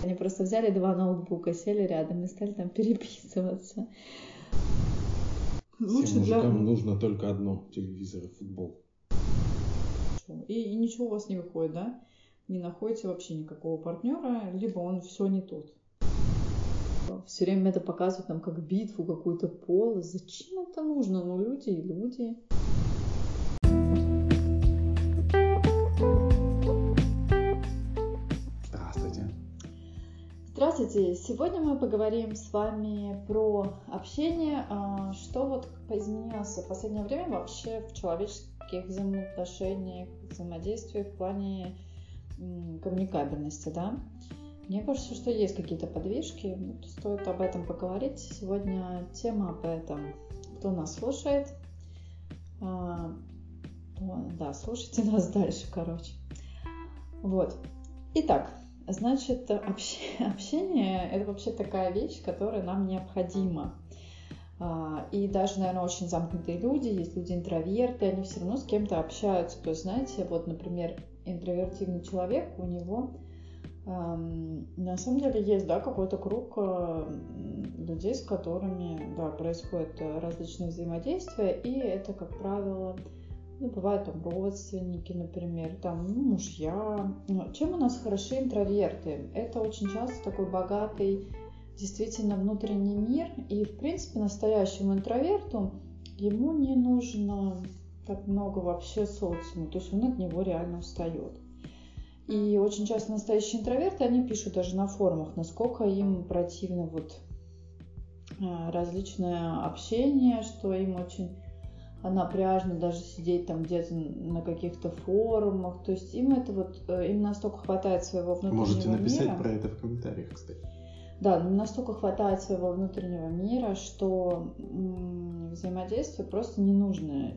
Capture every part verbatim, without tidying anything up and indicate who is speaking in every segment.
Speaker 1: Они просто взяли два ноутбука, сели рядом и стали там переписываться.
Speaker 2: Всем
Speaker 1: Лучше
Speaker 2: мужикам
Speaker 1: для...
Speaker 2: нужно только одно: телевизор и футбол.
Speaker 1: И, и ничего у вас не выходит, да? Не находите вообще никакого партнера, либо он все не тот. Все время это показывают нам как битву, какую-то пол. Зачем это нужно? Ну, люди и люди.
Speaker 2: Здравствуйте.
Speaker 1: Здравствуйте! Сегодня мы поговорим с вами про общение. Что вот изменилось в последнее время вообще в человеческих взаимоотношениях, взаимодействии в плане коммуникабельности, да? Мне кажется, что есть какие-то подвижки, стоит об этом поговорить. Сегодня тема об этом. Кто нас слушает? А, да, слушайте нас дальше, короче. Вот. Итак, значит, общение – это вообще такая вещь, которая нам необходима. И даже, наверное, очень замкнутые люди, есть люди-интроверты, они все равно с кем-то общаются. То есть, знаете, вот, например, интровертивный человек, у него на самом деле есть, да, какой-то круг людей, с которыми, да, происходят различные взаимодействия, и это, как правило, ну, бывают там родственники, например, там, ну, мужья. Чем у нас хороши интроверты? Это очень часто такой богатый, действительно, внутренний мир, и, в принципе, настоящему интроверту ему не нужно так много вообще социума, то есть он от него реально устает. И очень часто настоящие интроверты, они пишут даже на форумах, насколько им противно вот различное общение, что им очень напряжно даже сидеть там где-то на каких-то форумах. То есть им это вот, им настолько хватает своего внутреннего мира.
Speaker 2: Можете написать мира, про это в комментариях, кстати.
Speaker 1: Да, им настолько хватает своего внутреннего мира, что взаимодействие просто не нужно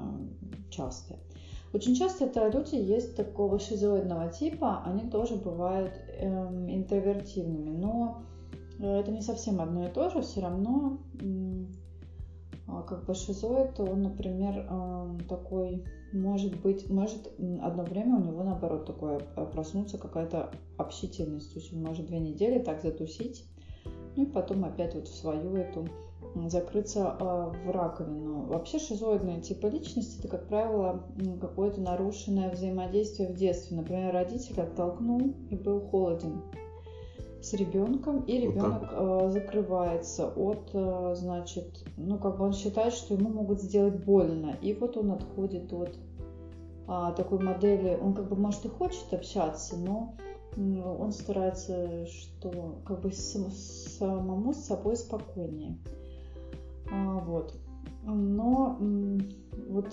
Speaker 1: часто. Очень часто это люди есть такого шизоидного типа, они тоже бывают эм, интровертивными, но это не совсем одно и то же, все равно эм, как бы шизоид, он, например, эм, такой, может быть, может одно время у него наоборот такое проснуться какая-то общительность, то есть он может две недели так затусить, ну и потом опять вот в свою эту закрыться в раковину. Вообще шизоидные типы личности — это, как правило, какое-то нарушенное взаимодействие в детстве. Например, родитель оттолкнул и был холоден с ребенком, и ребенок вот закрывается от, значит, ну как бы он считает, что ему могут сделать больно, и вот он отходит от а, такой модели. Он как бы может и хочет общаться, но он старается, что как бы самому с собой спокойнее. А, вот. Но вот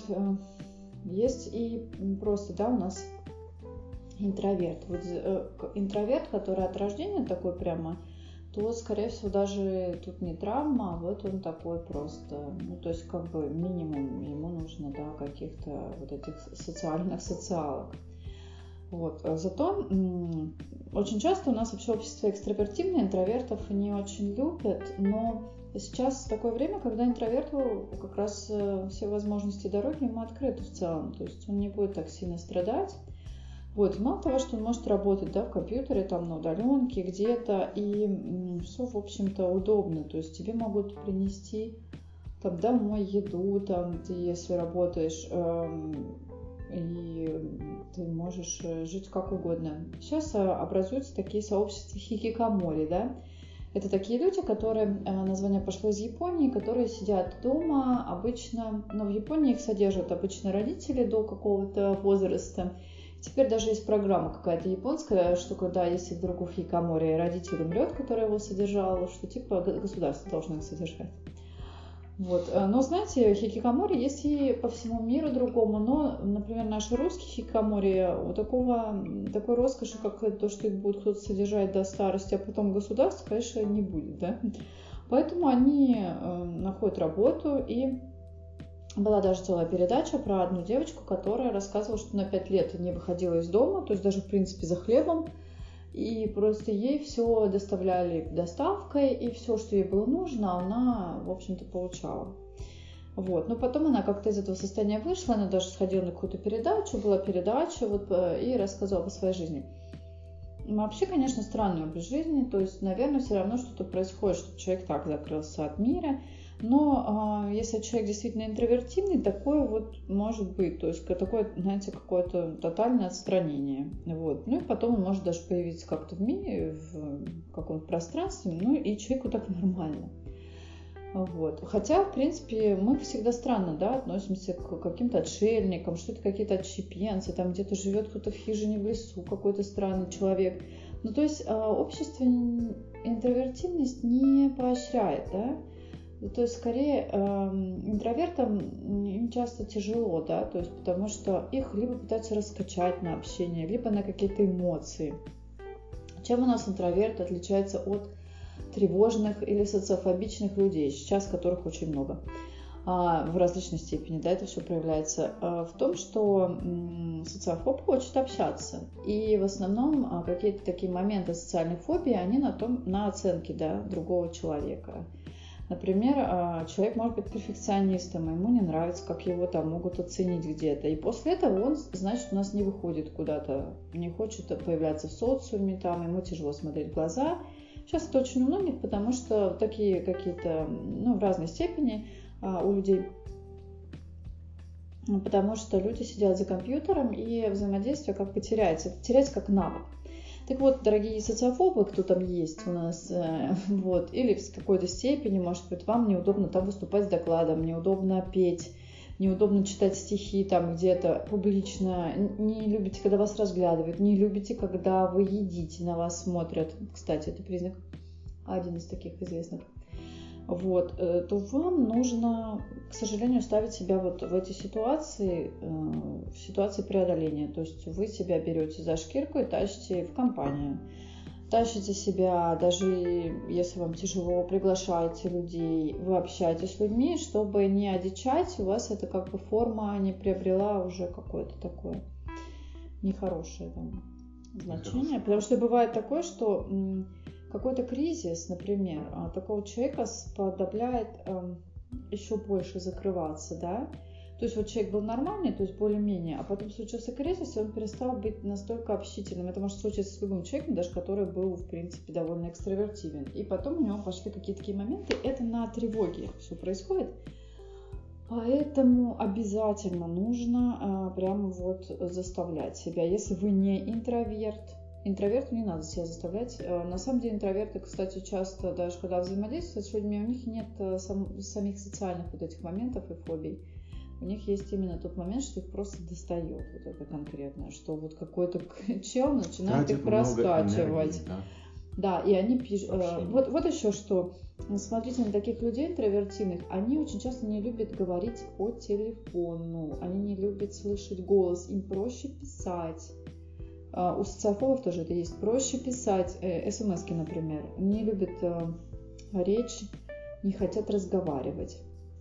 Speaker 1: есть и просто, да, у нас интроверт. Вот интроверт, который от рождения такой прямо, то, скорее всего, даже тут не травма, а вот он такой просто, ну, то есть как бы минимум ему нужно, да, каких-то вот этих социальных социалок. Вот. Зато м- очень часто у нас вообще общество экстравертивное, интровертов не очень любят, но сейчас такое время, когда интроверту как раз все возможности дороги ему открыты в целом, то есть он не будет так сильно страдать. Вот. И мало того, что он может работать, да, в компьютере, там, на удаленке где-то, и м- все, в общем-то, удобно, то есть тебе могут принести там домой еду, там, ты, если работаешь, эм- и ты можешь жить как угодно. Сейчас образуются такие сообщества хикикамори, да? Это такие люди, которые, название пошло из Японии, которые сидят дома обычно, но в Японии их содержат обычно родители до какого-то возраста. Теперь даже есть программа какая-то японская, что когда если вдруг у хикикамори родитель умрет, который его содержал, что типа государство должно их содержать. Вот. Но, знаете, хикикамори есть и по всему миру другому, но, например, наши русские хикикамори, у такого, такой роскоши, как то, что их будет кто-то содержать до старости, а потом государство, конечно, не будет, да. Поэтому они находят работу, и была даже целая передача про одну девочку, которая рассказывала, что на пять лет не выходила из дома, то есть даже, в принципе, за хлебом, и просто ей все доставляли доставкой, и все, что ей было нужно, она, в общем-то, получала. Вот. Но потом она как-то из этого состояния вышла, она даже сходила на какую-то передачу, была передача, вот, и рассказывала о своей жизни. Вообще, конечно, странный образ жизни, то есть, наверное, все равно что-то происходит, что человек так закрылся от мира, но э, если человек действительно интровертивный, такое вот может быть, то есть такое, знаете, какое-то тотальное отстранение, вот, ну и потом он может даже появиться как-то в мире, в каком-то пространстве, ну и человеку так нормально. Вот. Хотя, в принципе, мы всегда странно, да, относимся к каким-то отшельникам, что это какие-то отщепенцы, там где-то живет кто-то в хижине в лесу, какой-то странный человек. Ну, то есть общество интровертивность не поощряет, да. То есть, скорее, интровертам им часто тяжело, да, то есть, потому что их либо пытаются раскачать на общение, либо на какие-то эмоции. Чем у нас интроверт отличается от тревожных или социофобичных людей, сейчас которых очень много в различной степени, да, это все проявляется в том, что социофобы хочет общаться, и в основном какие-то такие моменты социальной фобии, они на том, на оценке, да, другого человека. Например, человек может быть перфекционистом, ему не нравится, как его там могут оценить где-то, и после этого он, значит, у нас не выходит куда-то, не хочет появляться в социуме, там, ему тяжело смотреть в глаза. Сейчас это очень у многих, потому что такие какие-то, ну, в разной степени а, у людей, потому что люди сидят за компьютером, и взаимодействие как бы теряется, это теряется как навык. Так вот, дорогие социофобы, кто там есть у нас, э, вот, или в какой-то степени, может быть, вам неудобно там выступать с докладом, неудобно петь, неудобно читать стихи там где-то публично, не любите, когда вас разглядывают, не любите, когда вы едите, на вас смотрят. Кстати, это признак, один из таких известных. Вот, то вам нужно, к сожалению, ставить себя вот в эти ситуации, в ситуации преодоления. То есть вы себя берете за шкирку и тащите в компанию. Тащите себя, даже если вам тяжело, приглашаете людей, вы общаетесь с людьми, чтобы не одичать, у вас это как бы форма не приобрела уже какое-то такое нехорошее там значение. Нехорошее. Потому что бывает такое, что какой-то кризис, например, такого человека сподобляет еще больше закрываться, да. То есть вот человек был нормальный, то есть более-менее, а потом случился кризис, и он перестал быть настолько общительным. Это может случиться с любым человеком, даже который был, в принципе, довольно экстравертивен. И потом у него пошли какие-то такие моменты. Это на тревоге все происходит. Поэтому обязательно нужно а, прямо вот заставлять себя. Если вы не интроверт, интроверту не надо себя заставлять. На самом деле интроверты, кстати, часто, даже когда взаимодействуют с людьми, у них нет сам, самих социальных вот этих моментов и фобий. У них есть именно тот момент, что их просто достает вот это конкретное, что вот какой-то чел начинает их раскачивать. Энергии, да? Да, и они пишут. Вот, вот еще что. Смотрите на таких людей интровертивных, они очень часто не любят говорить по телефону, они не любят слышать голос, им проще писать. У социофобов тоже это есть. Проще писать смс-ки, например. Не любят речь, не хотят разговаривать.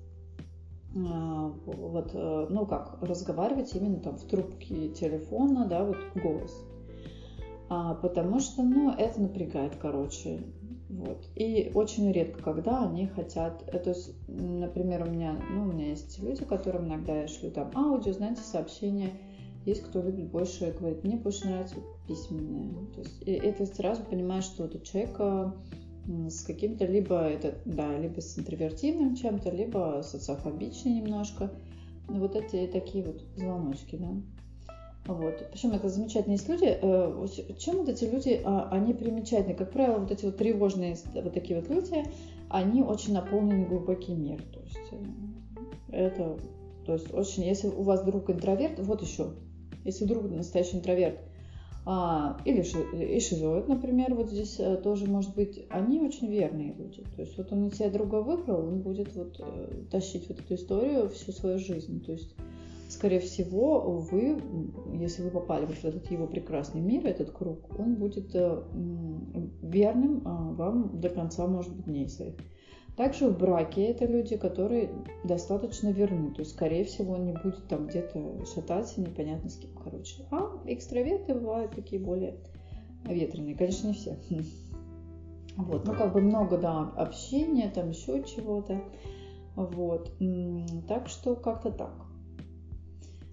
Speaker 1: Вот, ну как, разговаривать именно там в трубке телефона, да, вот голос. А, потому что, ну, это напрягает, короче. Вот. И очень редко, когда они хотят, то есть, например, у меня, ну, у меня есть люди, которым иногда я шлю там аудио, знаете, сообщения. Есть кто любит больше, говорит, мне больше нравится письменное. То есть, и это сразу понимаешь, что у человека с каким-то либо это, да, либо с интровертивным чем-то, либо социофобичный немножко. Вот эти такие вот звоночки, да. Вот. Причем это замечательные есть люди. Чем вот эти люди, они примечательны? Как правило, вот эти вот тревожные вот такие вот люди, они очень наполнены глубокий мир. То есть это, то есть очень, если у вас друг интроверт, вот еще, если друг настоящий интроверт, а, или шизоид, например, вот здесь а, тоже может быть, они очень верные люди. То есть вот он на себя друга выбрал, он будет вот тащить вот эту историю всю свою жизнь. То есть, скорее всего, вы, если вы попали в этот его прекрасный мир, этот круг, он будет а, верным а, вам до конца, может быть, дней своих. Также в браке это люди, которые достаточно верны, то есть, скорее всего, он не будет там где-то шататься, непонятно с кем, короче. А экстраверты бывают такие более ветреные, конечно, не все. Вот, ну, как бы много, да, общения, там еще чего-то, вот, так что как-то так.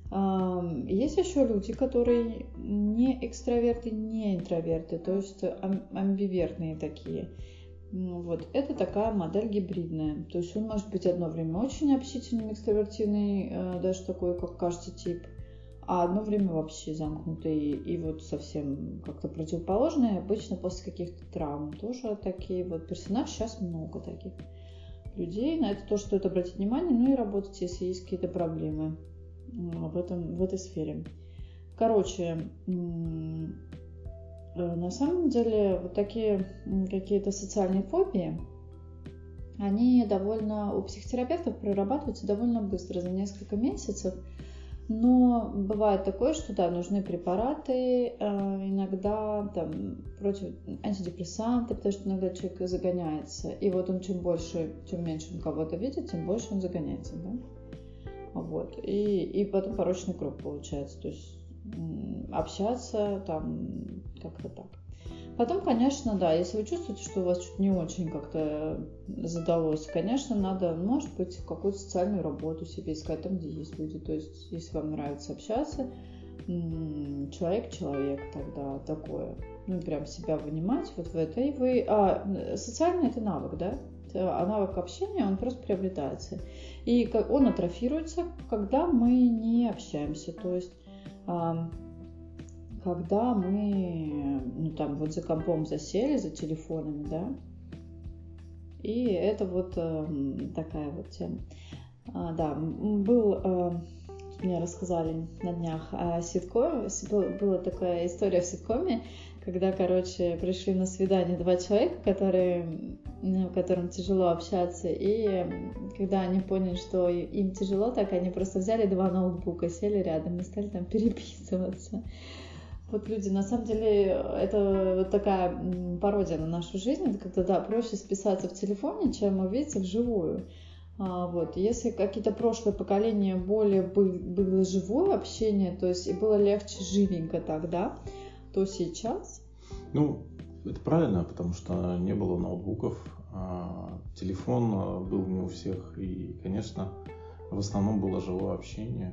Speaker 1: Есть еще люди, которые не экстраверты, не интроверты, то есть амбивертные такие. Вот. Это такая модель гибридная. То есть он может быть одно время очень общительный, экстравертивный, даже такой, как кажется, тип, а одно время вообще замкнутый и вот совсем как-то противоположный, обычно после каких-то травм. Тоже такие вот персонажи, сейчас много таких людей. На это тоже стоит обратить внимание, ну и работать, если есть какие-то проблемы в, этом, в этой сфере. Короче, на самом деле вот такие какие-то социальные фобии, они довольно у психотерапевтов прорабатываются довольно быстро, за несколько месяцев. Но бывает такое, что да, нужны препараты, иногда там, против антидепрессанты, потому что иногда человек загоняется. И вот он чем больше, чем меньше он кого-то видит, тем больше он загоняется, да? Вот. И, и потом порочный круг получается. То есть общаться там как-то так. Потом, конечно, да, если вы чувствуете, что у вас что-то не очень как-то задалось, конечно, надо, может быть, какую-то социальную работу себе искать там, где есть люди. То есть, если вам нравится общаться, человек-человек тогда такое. Ну, прям себя вынимать вот в это. И вы... А, социальный – это навык, да? А навык общения, он просто приобретается. И он атрофируется, когда мы не общаемся. То есть... когда мы, ну, там, вот за компом засели, за телефонами, да, и это вот э, такая вот тема. А, да, был, э, мне рассказали на днях о ситкоме, была такая история в ситкоме, когда, короче, пришли на свидание два человека, которые, которым тяжело общаться, и когда они поняли, что им тяжело, так они просто взяли два ноутбука, сели рядом и стали там переписываться. Вот люди, на самом деле, это вот такая пародия на нашу жизнь, это когда, да, проще списаться в телефоне, чем увидеться вживую. А, вот. Если какие-то прошлые поколения более было живое общение, то есть и было легче, живенько тогда, то сейчас...
Speaker 2: Ну, это правильно, потому что не было ноутбуков, а телефон был не у всех, и, конечно, в основном было живое общение.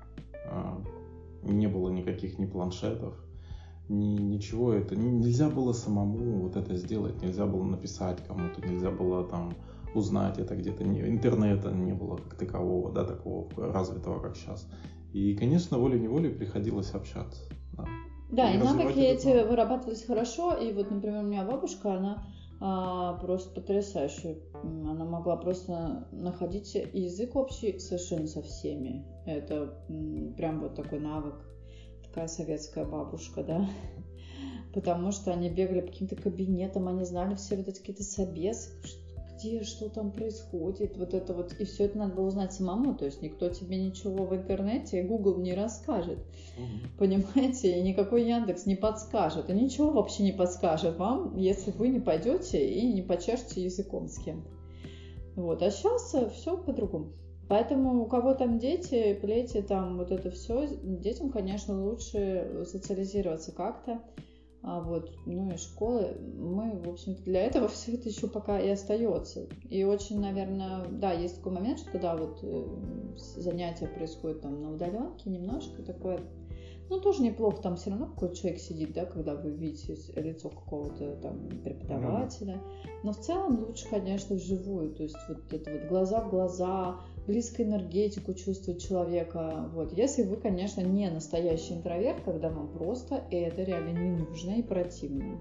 Speaker 2: Не было никаких ни планшетов, ни ничего. Это нельзя было самому вот это сделать, нельзя было написать кому-то, нельзя было там узнать это где-то. Интернета не было как такового, да, такого развитого, как сейчас. И, конечно, волей-неволей приходилось общаться. Да,
Speaker 1: да и, и навыки эти вырабатывались хорошо. И вот, например, у меня бабушка, она а, просто потрясающая. Она могла просто находить язык общий совершенно со всеми. Это м, прям вот такой навык, такая советская бабушка, да. Потому что они бегали по каким-то кабинетам, они знали все вот эти какие-то собесы, где, что там происходит, вот это вот. И все это надо было узнать самому, то есть никто тебе ничего в интернете, Google не расскажет, угу. Понимаете, и никакой Яндекс не подскажет, и ничего вообще не подскажет вам, если вы не пойдете и не почешете языком с кем-то. Вот, а сейчас все по-другому. Поэтому у кого там дети, плети, там вот это все, детям, конечно, лучше социализироваться как-то. А вот, ну и школы, мы, в общем-то, для этого все это еще пока и остается. И очень, наверное, да, есть такой момент, что да, вот занятия происходят там на удаленке, немножко такое, ну тоже неплохо, там все равно какой-то человек сидит, да, когда вы видите лицо какого-то там преподавателя. Но в целом лучше, конечно, вживую, то есть вот это вот глаза в глаза, близкую энергетику чувствовать человека. Вот. Если вы, конечно, не настоящий интроверт, когда вам просто это реально не нужно и противно.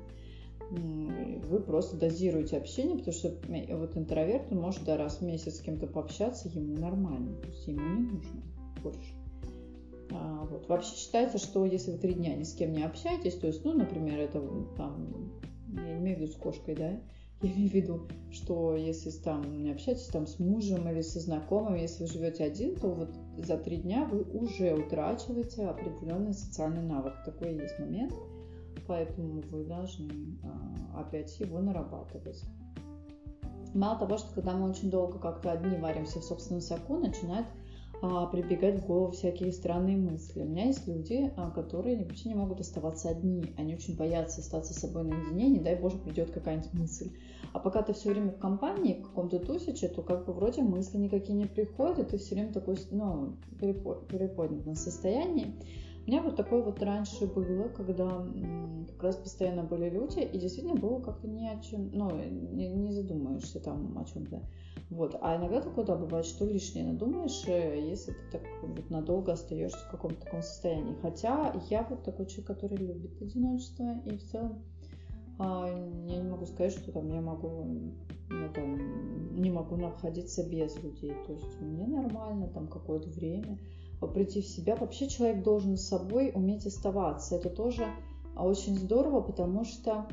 Speaker 1: Вы просто дозируете общение, потому что вот интроверт, он может да, раз в месяц с кем-то пообщаться, ему нормально, то есть ему не нужно больше. А, вот. Вообще считается, что если вы три дня ни с кем не общаетесь, то есть, ну, например, это там, я имею в виду с кошкой, да, я имею в виду, что если там не общаетесь там с мужем или со знакомым, если вы живете один, то вот за три дня вы уже утрачиваете определенный социальный навык. Такой есть момент, поэтому вы должны а, опять его нарабатывать. Мало того, что когда мы очень долго как-то одни варимся в собственном соку, начинает а, прибегать в голову всякие странные мысли. У меня есть люди, а, которые вообще не могут оставаться одни. Они очень боятся остаться с собой наедине, не дай боже, придет какая-нибудь мысль. А пока ты все время в компании, в каком-то тусиче, то как бы вроде мысли никакие не приходят, и ты все время такой, ну, в переподнятом состоянии. У меня вот такое вот раньше было, когда м, как раз постоянно были люди, и действительно было как-то ни о чем, ну, не, не задумаешься там о чем-то. Вот. А иногда такое, да, бывает, что лишнее надумаешь, если ты так вот надолго остаешься в каком-то таком состоянии. Хотя я вот такой человек, который любит одиночество, и в целом а, я не могу сказать, что там я могу, ну, там, не могу находиться без людей. То есть мне нормально там какое-то время прийти в себя. Вообще человек должен с собой уметь оставаться. Это тоже очень здорово, потому что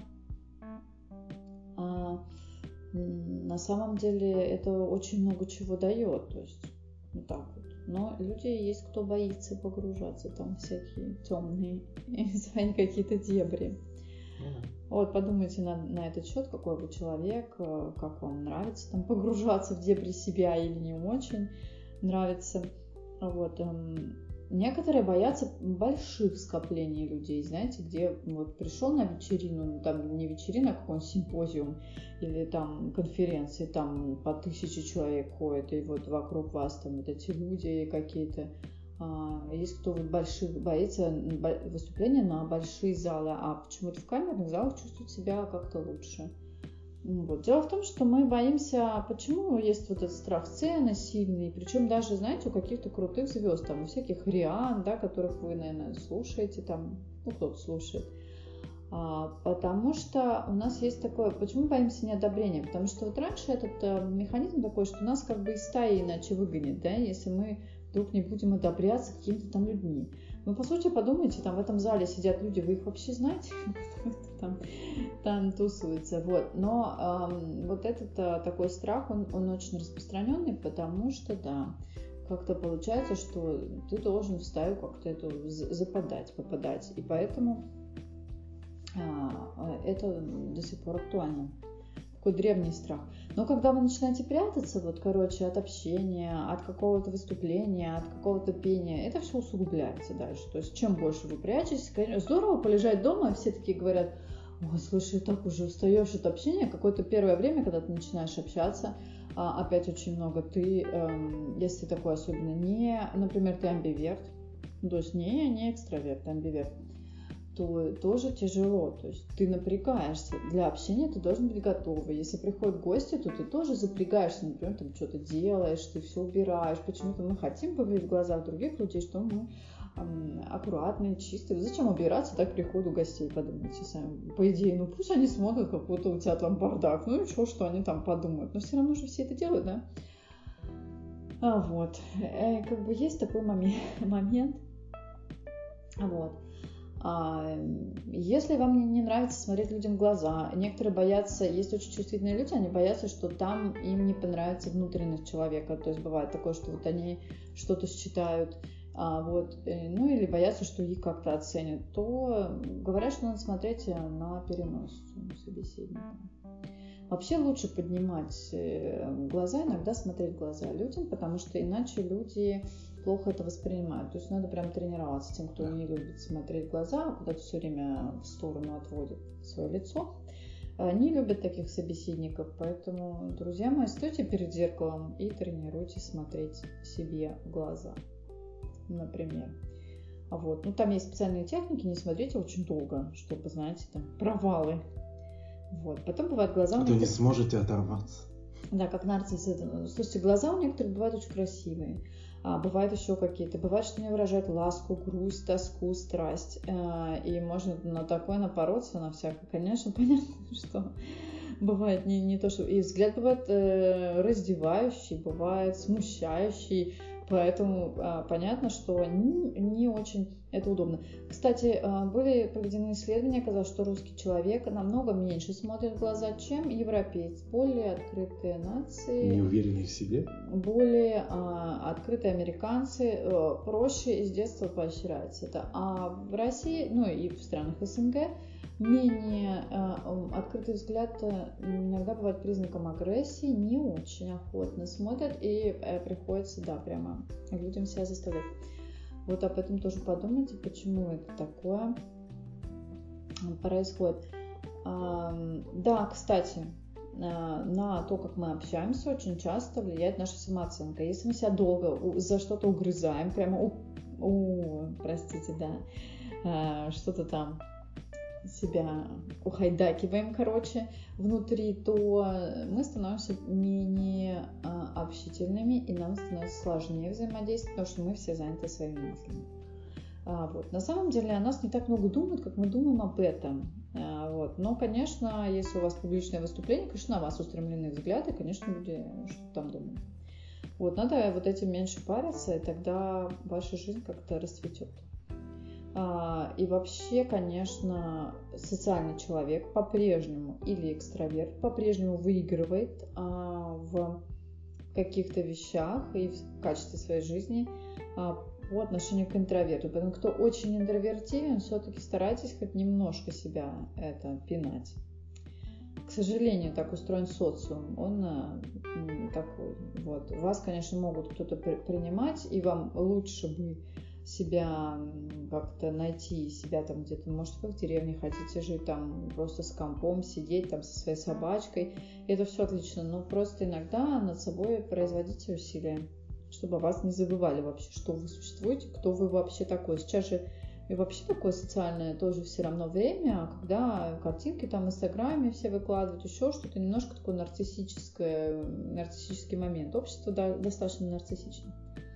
Speaker 1: а, на самом деле это очень много чего дает. То есть вот так вот. Но люди есть, кто боится погружаться там в всякие темные свои какие-то дебри. Mm-hmm. Вот, подумайте на, на этот счет, какой вы человек, как вам нравится там погружаться в дебри себя или не очень нравится. Вот, эм, некоторые боятся больших скоплений людей, знаете, где вот пришел на вечерину, там не вечерина, а какой-нибудь симпозиум или там конференции, там по тысяче человек ходит, и вот вокруг вас там вот эти люди какие-то. А, есть кто вот больших боится выступления на большие залы, а почему-то в камерных залах чувствует себя как-то лучше. Вот. Дело в том, что мы боимся, почему есть вот этот страх сцены сильный, причем даже, знаете, у каких-то крутых звезд, там, у всяких Риан, да, которых вы, наверное, слушаете, там, ну, кто-то слушает, а, потому что у нас есть такое, почему боимся неодобрения, потому что вот раньше этот а, механизм такой, что нас как бы из стаи иначе выгонят, да, если мы вдруг не будем одобряться какими-то там людьми. Ну, по сути, подумайте, там в этом зале сидят люди, вы их вообще знаете, там, там тусуются, вот. Но эм, вот этот а, такой страх, он, он очень распространенный, потому что, да, как-то получается, что ты должен в стаю как-то эту западать, попадать, и поэтому а, это до сих пор актуально. Такой древний страх. Но когда вы начинаете прятаться, вот, короче, от общения, от какого-то выступления, от какого-то пения, это все усугубляется дальше. То есть, чем больше вы прячетесь, конечно, здорово полежать дома, все такие говорят, ой, слушай, так уже устаешь от общения. Какое-то первое время, когда ты начинаешь общаться, опять очень много, ты, если такой особенно не, например, ты амбиверт, то есть не, не экстраверт, а амбиверт, то тоже тяжело, то есть ты напрягаешься. Для общения ты должен быть готовый. Если приходят гости, то ты тоже запрягаешься, например, там что-то делаешь, ты все убираешь. Почему-то мы хотим поглядеть в глаза других людей, что мы эм, аккуратные, чистые. Зачем убираться так к приходу гостей, подумайте сами. По идее, ну пусть они смотрят, какой-то у тебя там бардак, ну и что, что они там подумают. Но все равно же все это делают, да? А вот, э, как бы есть такой момент. момент. Вот. Если вам не нравится смотреть людям в глаза, некоторые боятся, есть очень чувствительные люди, они боятся, что там им не понравится внутренность человека, то есть бывает такое, что вот они что-то считают, вот, ну или боятся, что их как-то оценят, то говорят, что надо смотреть на переносицу собеседника. Вообще лучше поднимать глаза, иногда смотреть в глаза людям, потому что иначе люди плохо это воспринимают. То есть надо прям тренироваться тем, кто не любит смотреть в глаза, куда-то все время в сторону отводит свое лицо. Не любят таких собеседников, поэтому, друзья мои, стойте перед зеркалом и тренируйте смотреть себе в глаза, например. Вот. Ну, там есть специальные техники, не смотрите очень долго, чтобы, знаете, там провалы. Вот. Потом бывают глаза...
Speaker 2: А то не сможете оторваться.
Speaker 1: Да, как нарциссы. Слушайте, глаза у некоторых бывают очень красивые. А бывают еще какие-то. Бывает, что они выражают ласку, грусть, тоску, страсть. И можно на такое напороться, на всякое. Конечно, понятно, что бывает не, не то, что... И взгляд бывает э, раздевающий, бывает смущающий. Поэтому а, понятно, что не, не очень это удобно. Кстати, а, были проведены исследования, оказалось, что русский человек намного меньше смотрит в глаза, чем европеец. Более открытые нации.
Speaker 2: Не уверенные в себе?
Speaker 1: Более а, открытые американцы а, проще из детства поощряется это. А в России, ну и в странах СНГ, менее а, открытый взгляд иногда бывает признаком агрессии, не очень охотно смотрят, и э, приходится, да, прямо людям себя заставлять. Вот об этом тоже подумайте, почему это такое происходит. А, да, кстати, на то, как мы общаемся, очень часто влияет наша самооценка. Если мы себя долго за что-то угрызаем, прямо, у, у, простите, да, что-то там себя ухайдакиваем, короче, внутри, то мы становимся менее общительными, и нам становится сложнее взаимодействовать, потому что мы все заняты своими мыслями. А, вот. На самом деле о нас не так много думают, как мы думаем об этом. А, вот. Но, конечно, если у вас публичное выступление, конечно, на вас устремлены взгляды, конечно, люди что-то там думают. Вот. Надо вот этим меньше париться, и тогда ваша жизнь как-то расцветет. А, и вообще, конечно, социальный человек по-прежнему или экстраверт по-прежнему выигрывает а, в каких-то вещах и в качестве своей жизни а, по отношению к интроверту. Поэтому, кто очень интровертивен, все-таки старайтесь хоть немножко себя это пинать. К сожалению, так устроен социум. Он такой. Вот. Вас, конечно, могут кто-то принимать, и вам лучше бы себя как-то найти, себя там где-то, может, вы в деревне хотите жить, там просто с компом сидеть, там со своей собачкой. И это все отлично, но просто иногда над собой производите усилия, чтобы о вас не забывали вообще, что вы существуете, кто вы вообще такой. Сейчас же и вообще такое социальное тоже все равно время, когда картинки там в Инстаграме все выкладывают, еще что-то, немножко такой нарциссическое, нарциссический момент. Общество да, достаточно нарциссично.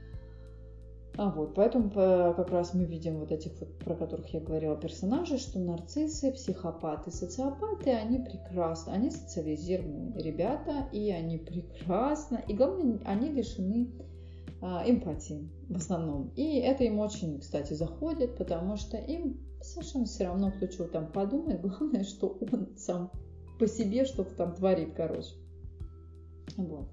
Speaker 1: А вот, поэтому как раз мы видим вот этих вот, про которых я говорила, персонажей, что нарциссы, психопаты, социопаты, они прекрасны, они социализированные ребята, и они прекрасно, и главное, они лишены а, эмпатии в основном. И это им очень, кстати, заходит, потому что им совершенно все равно, кто чего там подумает, главное, что он сам по себе что-то там творит, короче. Вот.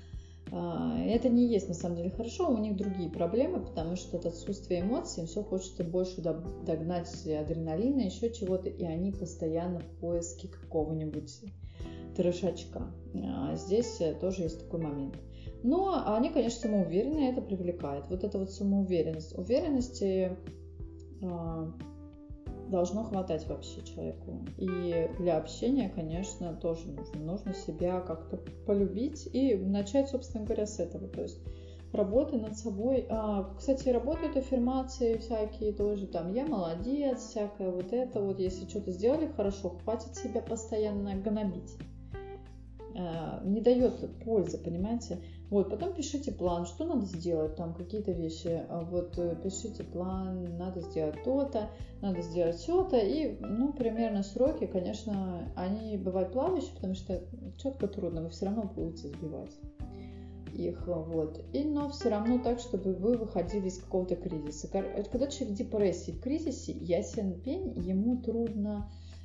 Speaker 1: Это не есть на самом деле хорошо, у них другие проблемы, потому что от отсутствия эмоций им все хочется больше догнать адреналина, еще чего-то, и они постоянно в поиске какого-нибудь трешачка. Здесь тоже есть такой момент. Но они, конечно, самоуверенные, это привлекает. Вот эта вот самоуверенность. Уверенности должно хватать вообще человеку. И для общения, конечно, тоже нужно. Нужно себя как-то полюбить и начать, собственно говоря, с этого. То есть работы над собой. А, кстати, работают аффирмации всякие тоже. Там я молодец, всякое вот это. Вот если что-то сделали хорошо, хватит себя постоянно гнобить. А, не дает пользы, понимаете? Вот, потом пишите план, что надо сделать, там какие-то вещи, вот пишите план, надо сделать то-то, надо сделать все-то, и, ну, примерно сроки, конечно, они бывают плавающие, потому что четко трудно, вы все равно будете сбивать их, вот, и, но все равно так, чтобы вы выходили из какого-то кризиса. Когда человек в депрессии, в кризисе, ясен пень, ему трудно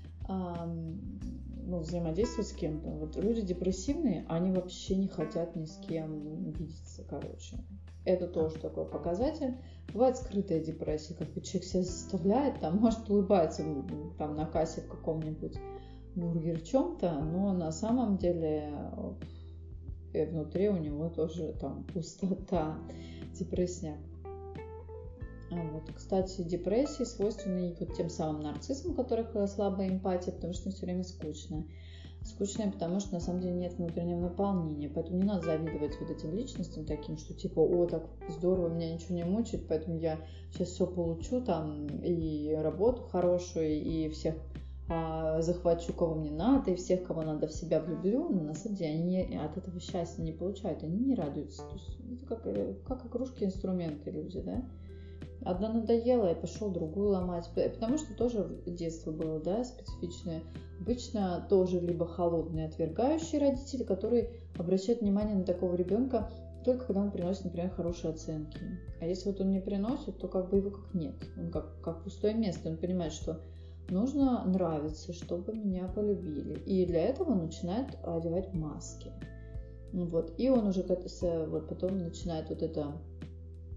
Speaker 1: ну, взаимодействовать с кем-то. Вот люди депрессивные, они вообще не хотят ни с кем видеться, короче. Это тоже такой показатель. Бывает скрытая депрессия, как бы человек себя заставляет, там, может, улыбается там, на кассе в каком-нибудь бургер чем-то, но на самом деле внутри у него тоже там пустота, депрессняк. Вот. Кстати, депрессии свойственны вот тем самым нарциссам, у которых слабая эмпатия, потому что им все время скучно. Скучно, потому что на самом деле нет внутреннего наполнения. Поэтому не надо завидовать вот этим личностям таким, что типа, о, так здорово, меня ничего не мучает, поэтому я сейчас все получу там, и работу хорошую, и всех а, захвачу, кого мне надо, и всех, кого надо, в себя влюблю. Но на самом деле они от этого счастья не получают, они не радуются. То есть это как, как игрушки-инструменты люди, да? Одна надоела, и пошел другую ломать. Потому что тоже детство было, да, специфичное. Обычно тоже либо холодные, отвергающие родители, которые обращают внимание на такого ребенка только когда он приносит, например, хорошие оценки. А если вот он не приносит, то как бы его как нет. Он как, как пустое место. Он понимает, что нужно нравиться, чтобы меня полюбили. И для этого он начинает одевать маски. Вот. И он уже вот, потом начинает вот это...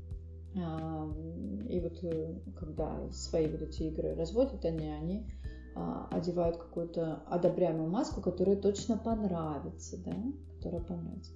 Speaker 1: И вот когда свои вот эти игры разводят они, они а, одевают какую-то одобряемую маску, которая точно понравится, да, которая понравится.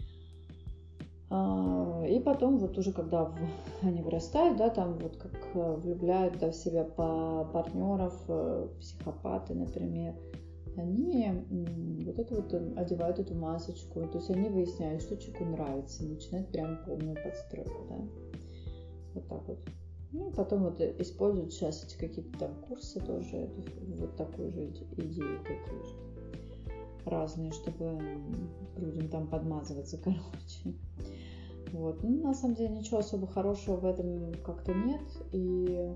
Speaker 1: А, и потом вот уже когда в, они вырастают, да, там вот как влюбляют, да, в себя по партнеров, психопаты, например, они вот это вот одевают эту масочку, то есть они выясняют, что человеку нравится, и начинают прям полную подстройку, да, вот так вот. Ну, и потом вот используют сейчас эти какие-то там курсы тоже, вот такую же идею, такие же разные, чтобы людям там подмазываться, короче. Вот. Ну, на самом деле ничего особо хорошего в этом как-то нет, и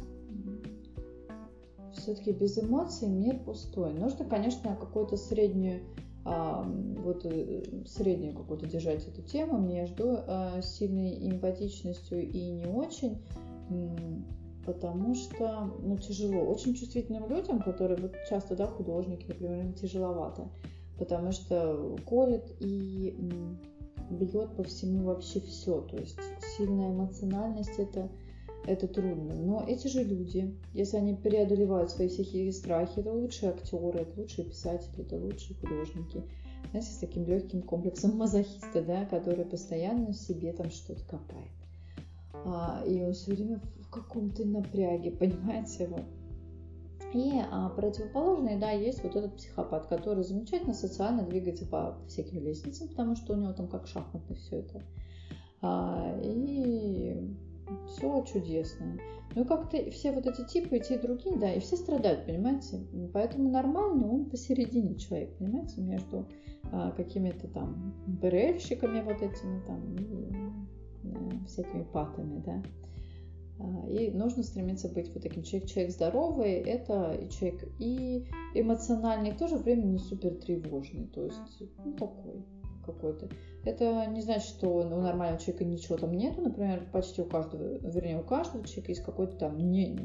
Speaker 1: все-таки без эмоций мир пустой. Нужно, конечно, какую-то среднюю, а, вот среднюю какую-то держать эту тему между а, сильной эмпатичностью и не очень, потому что, ну, тяжело. Очень чувствительным людям, которые вот часто, да, художники, например, им тяжеловато, потому что колет и бьет по всему вообще все. То есть сильная эмоциональность это, это трудно. Но эти же люди, если они преодолевают свои всякие страхи, это лучшие актеры, это лучшие писатели, это лучшие художники. Знаете, с таким легким комплексом мазохиста, да, который постоянно в себе там что-то копает. А, и он все время в каком-то напряге, понимаете, вот. И а, противоположный, да, есть вот этот психопат, который замечательно социально двигается по всяким лестницам, потому что у него там как шахматно все это. А, и все чудесно. Ну и как-то все вот эти типы, и те, и другие, да, и все страдают, понимаете. Поэтому нормально он посередине человек, понимаете, между а, какими-то там БРЛьщиками вот этими там и а, всякими патами, да. И нужно стремиться быть вот таким человек, человек здоровый, это и человек и эмоциональный, и в то же время не супер тревожный, то есть, ну, такой какой-то. Это не значит, что у нормального человека ничего там нету, например, почти у каждого, вернее, у каждого человека есть какой-то там не,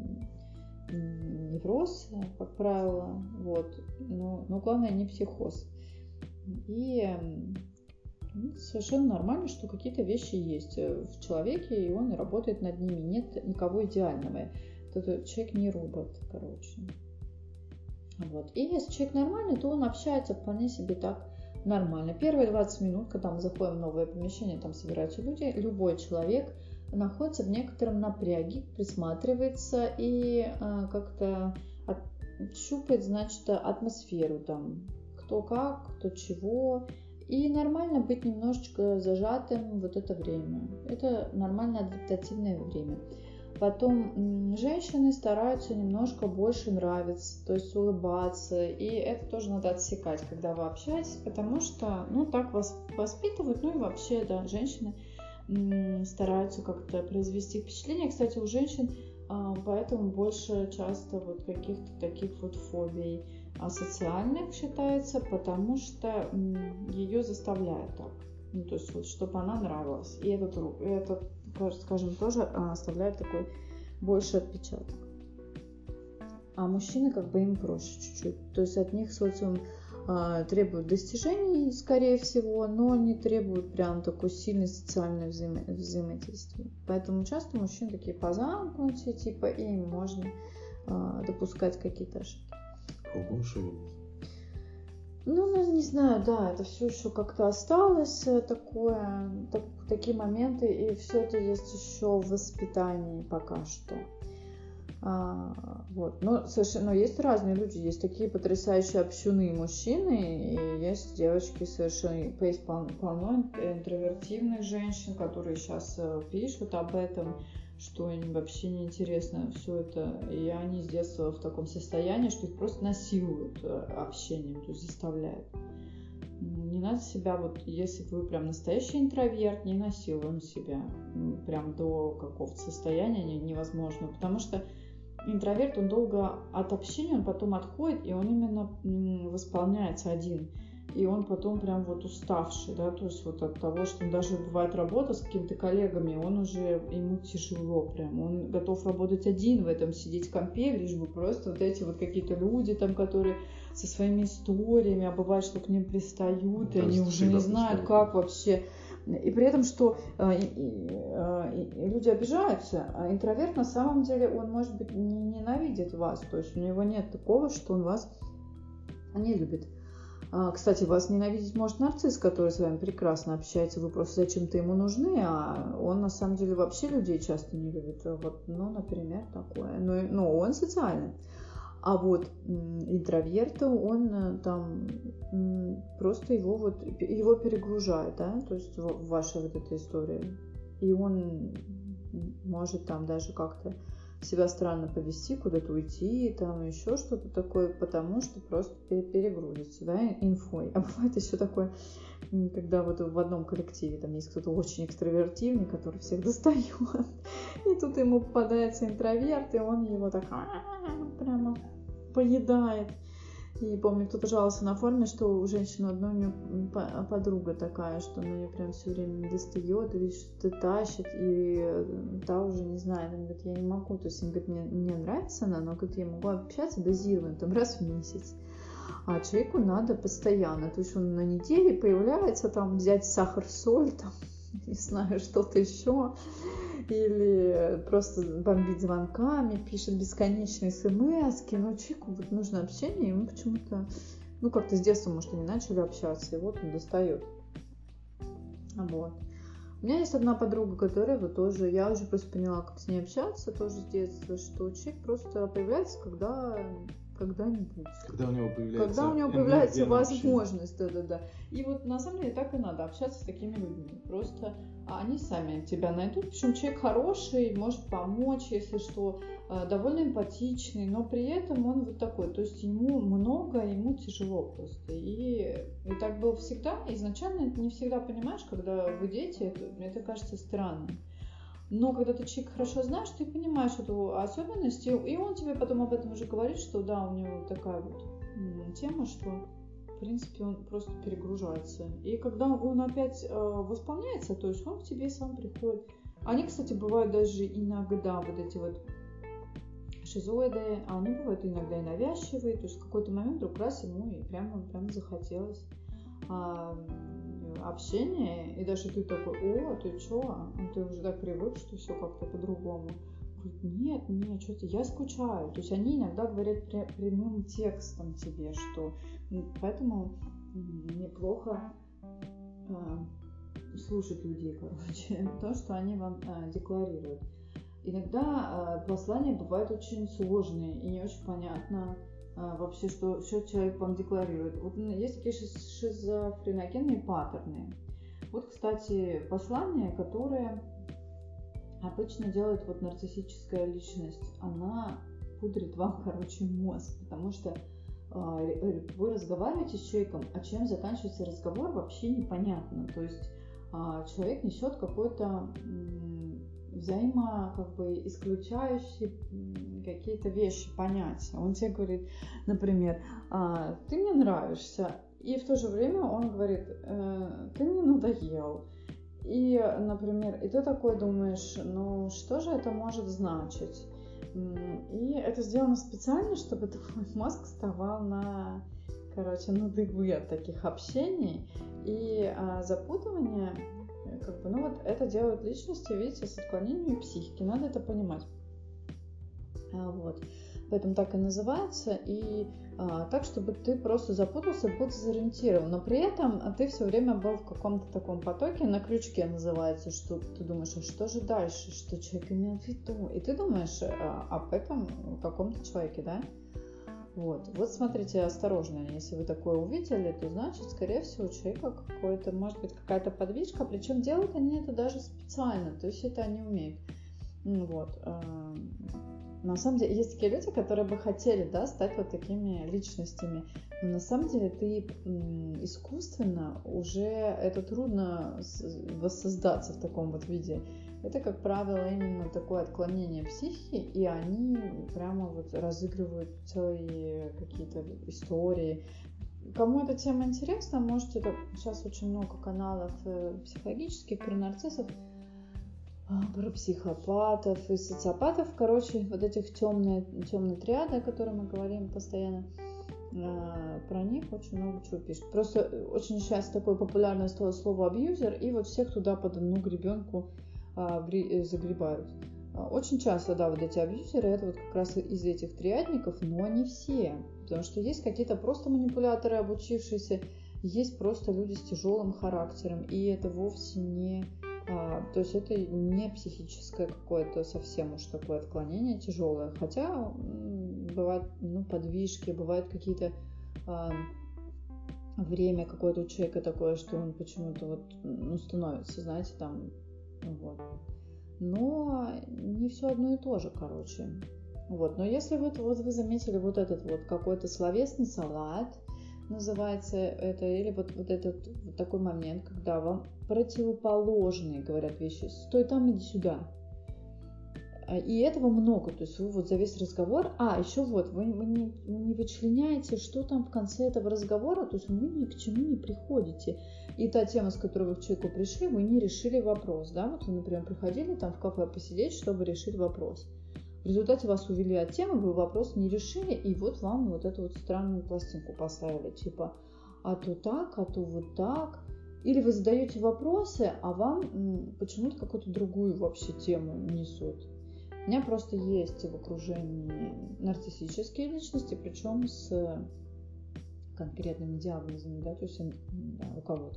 Speaker 1: невроз, как правило, вот, но, но главное не психоз. И совершенно нормально, что какие-то вещи есть в человеке, и он работает над ними. Нет никого идеального. Этот человек не робот, короче. Вот. И если человек нормальный, то он общается вполне себе так нормально. Первые двадцать минут, когда мы заходим в новое помещение, там собираются люди, любой человек находится в некотором напряге, присматривается и а, как-то щупает, значит, атмосферу там, кто как, кто чего. И нормально быть немножечко зажатым вот это время. Это нормальное адаптативное время. Потом женщины стараются немножко больше нравиться, то есть улыбаться. И это тоже надо отсекать, когда вы общаетесь, потому что, ну, так вас воспитывают. Ну и вообще, да, женщины стараются как-то произвести впечатление. Кстати, у женщин поэтому больше часто вот каких-то таких вот фобий асоциальных считается, потому что ее заставляют так, ну, то есть вот, чтобы она нравилась, и этот, это, скажем, тоже оставляет такой больше отпечаток. А мужчины как бы им проще чуть-чуть, то есть от них социум а, требует достижений, скорее всего, но не требует прям такой сильной социальной взаимо- взаимодействия. Поэтому часто мужчины такие позамкнутые, типа, и им можно а, допускать какие-то ошибки.
Speaker 2: Кругом шевелится.
Speaker 1: Ну, ну, не знаю, да, это все еще как-то осталось такое, так, такие моменты, и все это есть еще в воспитании пока что. А, вот. Но совершенно, но есть разные люди, есть такие потрясающие общуны мужчины, и есть девочки совершенно, есть полно интровертивных женщин, которые сейчас пишут об этом, что им вообще не интересно все это, и они с детства в таком состоянии, что их просто насилуют общением, то есть заставляют. Не надо себя, вот если вы прям настоящий интроверт, не насилуем себя прям до какого-то состояния невозможного, потому что интроверт, он долго от общения, он потом отходит, и он именно восполняется один. И он потом прям вот уставший, да, то есть вот от того, что он даже бывает работа с какими-то коллегами, он уже, ему тяжело прям, он готов работать один в этом, сидеть в компе, лишь бы просто вот эти вот какие-то люди там, которые со своими историями, а бывает, что к ним пристают, и
Speaker 2: Да,
Speaker 1: они уже не знают,
Speaker 2: пристают.
Speaker 1: как вообще. И при этом, что э, и, и, и люди обижаются, а интроверт на самом деле, он, может быть, не ненавидит вас, то есть у него нет такого, что он вас не любит. Кстати, вас ненавидеть может нарцисс, который с вами прекрасно общается, вы просто зачем-то ему нужны, а он на самом деле вообще людей часто не любит. Вот, ну, например, такое. Но, но он социальный. А вот интроверт, он там просто его вот его перегружает, да, то есть в вашей вот этой истории. И он может там даже как-то себя странно повести, куда-то уйти, там еще что-то такое, потому что просто перегрузится, да, инфой. А бывает еще такое, когда вот в одном коллективе там есть кто-то очень экстравертивный, который всех достает, и тут ему попадается интроверт, и он его так прямо поедает. И помню, кто-то жаловался на форуме, что у женщины одной у нее подруга такая, что она ее прям все время достает или что-то тащит, и та уже не знает, она говорит, я не могу, то есть, она говорит, мне, мне нравится она, но говорит, я могу общаться дозированно, там раз в месяц, а человеку надо постоянно, то есть он на неделе появляется, там взять сахар, соль, там, не знаю, что-то еще, или просто бомбит звонками, пишет бесконечные смс-ки, но человеку вот нужно общение, ему почему-то, ну, как-то с детства, может, они начали общаться, и вот он достает. Вот. У меня есть одна подруга, которая вот тоже, я уже просто поняла, как с ней общаться, тоже с детства, что человек просто появляется, когда... когда-нибудь.
Speaker 2: Когда у него появляется,
Speaker 1: Когда у него появляется возможность, да-да-да. И вот на самом деле так и надо общаться с такими людьми. Просто они сами тебя найдут. Причем человек хороший, может помочь, если что, довольно эмпатичный, но при этом он вот такой. То есть ему много, ему тяжело просто. И, и так было всегда. Изначально не всегда понимаешь, когда вы дети, это, это кажется странным. Но когда ты человека хорошо знаешь, ты понимаешь эту особенность, и он тебе потом об этом уже говорит, что да, у него такая вот тема, что в принципе он просто перегружается. И когда он опять э, восполняется, то есть он к тебе сам приходит. Они, кстати, бывают даже иногда вот эти вот шизоиды, а они бывают иногда и навязчивые, то есть в какой-то момент вдруг раз ему и прямо, прямо захотелось а, общение, и даже ты такой, о, ты чё? Ты уже так привык, что все как-то по-другому. Говорит, нет, нет, что-то я скучаю. То есть они иногда говорят прямым текстом тебе, что поэтому неплохо э, слушать людей, короче, то, что они вам э, декларируют. Иногда э, послания бывают очень сложные и не очень понятно э, вообще, что, что человек вам декларирует. Вот есть такие шизофреногенные паттерны. Вот, кстати, послание, которое обычно делает вот нарциссическая личность, она пудрит вам, короче, мозг, потому что э, вы разговариваете с человеком, а чем заканчивается разговор, вообще непонятно. То есть э, человек несет какой-то взаимо, как бы, исключающие какие-то вещи, понятия. Он тебе говорит, например, ты мне нравишься, и в то же время он говорит, ты мне надоел. И, например, и ты такой думаешь, ну что же это может значить? И это сделано специально, чтобы твой мозг вставал на, короче, на дыбы от таких общений. И а, запутывание, как бы, ну вот это делают личности, видите, с отклонением психики. Надо это понимать. А, вот. Поэтому так и называется. И а, так, чтобы ты просто запутался, был дезориентирован. Но при этом ты все время был в каком-то таком потоке, на крючке называется, что ты думаешь, а что же дальше, что человек имел в виду. И ты думаешь а, об этом каком-то человеке, да? Вот. Вот смотрите, осторожно, если вы такое увидели, то значит, скорее всего, у человека какой-то, может быть, какая-то подвижка, причем делают они это даже специально, то есть это они умеют. Вот. На самом деле, есть такие люди, которые бы хотели, да, стать вот такими личностями, но на самом деле ты искусственно уже, это трудно воссоздаться в таком вот виде. Это, как правило, именно такое отклонение психики, и они прямо вот разыгрывают целые какие-то истории. Кому эта тема интересна, можете, это, сейчас очень много каналов психологических про нарциссов, про психопатов и социопатов, короче, вот этих темные, темные триады, о которых мы говорим постоянно. про них очень много чего пишет. Просто очень сейчас такое популярное стало слово абьюзер, и вот всех туда под одну гребенку загребают. Очень часто, да, вот эти абьюзеры, это вот как раз из этих триадников, но не все. Потому что есть какие-то просто манипуляторы, обучившиеся, есть просто люди с тяжелым характером, и это вовсе не... А, то есть это не психическое какое-то совсем уж такое отклонение тяжелое. Хотя бывают, ну, подвижки, бывают какие-то... А, время какое-то у человека такое, что он почему-то вот, ну, становится, знаете, там, вот. Но не все одно и то же, короче. Вот. Но если вот, вот вы заметили вот этот вот какой-то словесный салат, называется это, или вот, вот этот вот такой момент, когда вам противоположные говорят вещи, стой там, иди сюда. И этого много, то есть вы вот за весь разговор, а еще вот вы, вы, не, вы не вычленяете, что там в конце этого разговора, то есть вы ни к чему не приходите. И та тема, с которой вы к человеку пришли, вы не решили вопрос, да, вот вы, например, приходили там в кафе посидеть, чтобы решить вопрос. В результате вас увели от темы, вы вопрос не решили, и вот вам вот эту вот странную пластинку поставили, типа, а то так, а то вот так. Или вы задаете вопросы, а вам м, почему-то какую-то другую вообще тему несут. У меня просто есть в окружении нарциссические личности, причем с конкретными диагнозами, да, то есть да, у кого-то.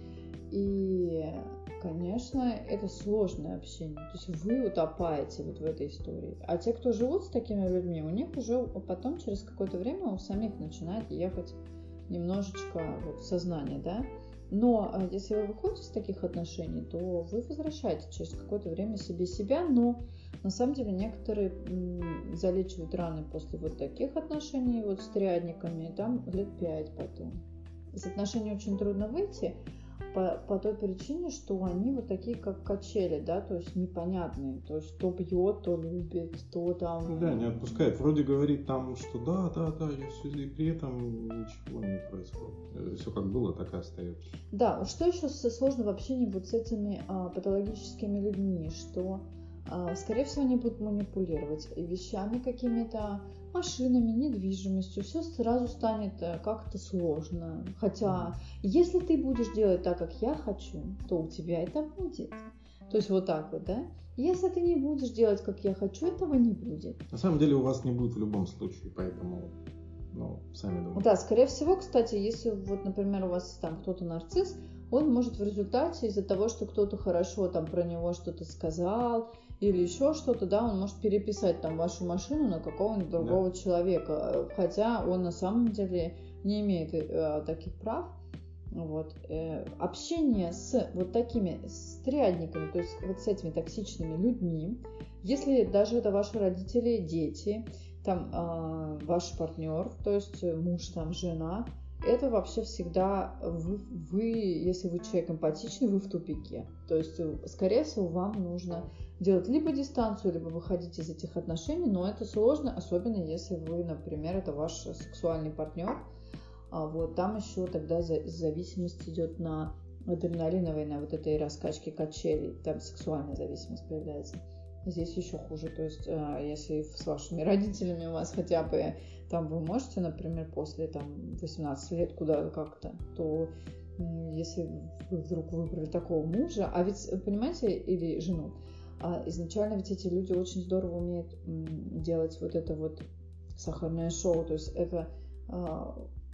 Speaker 1: И, конечно, это сложное общение. То есть вы утопаете вот в этой истории. А те, кто живут с такими людьми, у них уже потом через какое-то время у самих начинает ехать немножечко вот сознание, да. Но если вы выходите из таких отношений, то вы возвращаете через какое-то время себе себя, но на самом деле некоторые м, залечивают раны после вот таких отношений вот с триадниками, там лет пять потом. Из отношений очень трудно выйти по, по той причине, что они вот такие как качели, да, то есть непонятные, то есть то бьет, то любит, то там...
Speaker 2: Да, не отпускает. Вроде говорит там, что да, да, да, я все, и при этом ничего не происходит. Все как было, так и остается.
Speaker 1: Да, что еще сложно в общении вот с этими а, патологическими людьми, что, а, скорее всего, они будут манипулировать вещами какими-то, машинами, недвижимостью, все сразу станет как-то сложно. Хотя, если ты будешь делать так, как я хочу, то у тебя это будет. То есть вот так вот, да? Если ты не будешь делать, как я хочу, этого не будет.
Speaker 2: На самом деле у вас не будет в любом случае, поэтому, ну, сами думайте.
Speaker 1: Да, скорее всего, кстати, если вот, например, у вас там кто-то нарцисс, он может в результате из-за того, что кто-то хорошо там про него что-то сказал, или еще что-то, да, он может переписать там вашу машину на какого-нибудь другого да. человека, хотя он на самом деле не имеет э, таких прав. Вот. Э, общение с вот такими с триадниками, то есть вот с этими токсичными людьми, если даже это ваши родители, дети, там э, ваш партнер, то есть муж, там жена, это вообще всегда вы, вы, если вы человек эмпатичный, вы в тупике. То есть, скорее всего, вам нужно делать либо дистанцию, либо выходить из этих отношений, но это сложно, особенно если вы, например, это ваш сексуальный партнер. А вот там еще тогда зависимость идет на адреналиновой, на вот этой раскачке качелей, там сексуальная зависимость появляется. Здесь еще хуже, то есть если с вашими родителями у вас хотя бы там вы можете, например, после там восемнадцати лет куда как-то, то если вы вдруг выбрали такого мужа, а ведь, понимаете, или жену, а изначально ведь эти люди очень здорово умеют делать вот это вот сахарное шоу, то есть это а,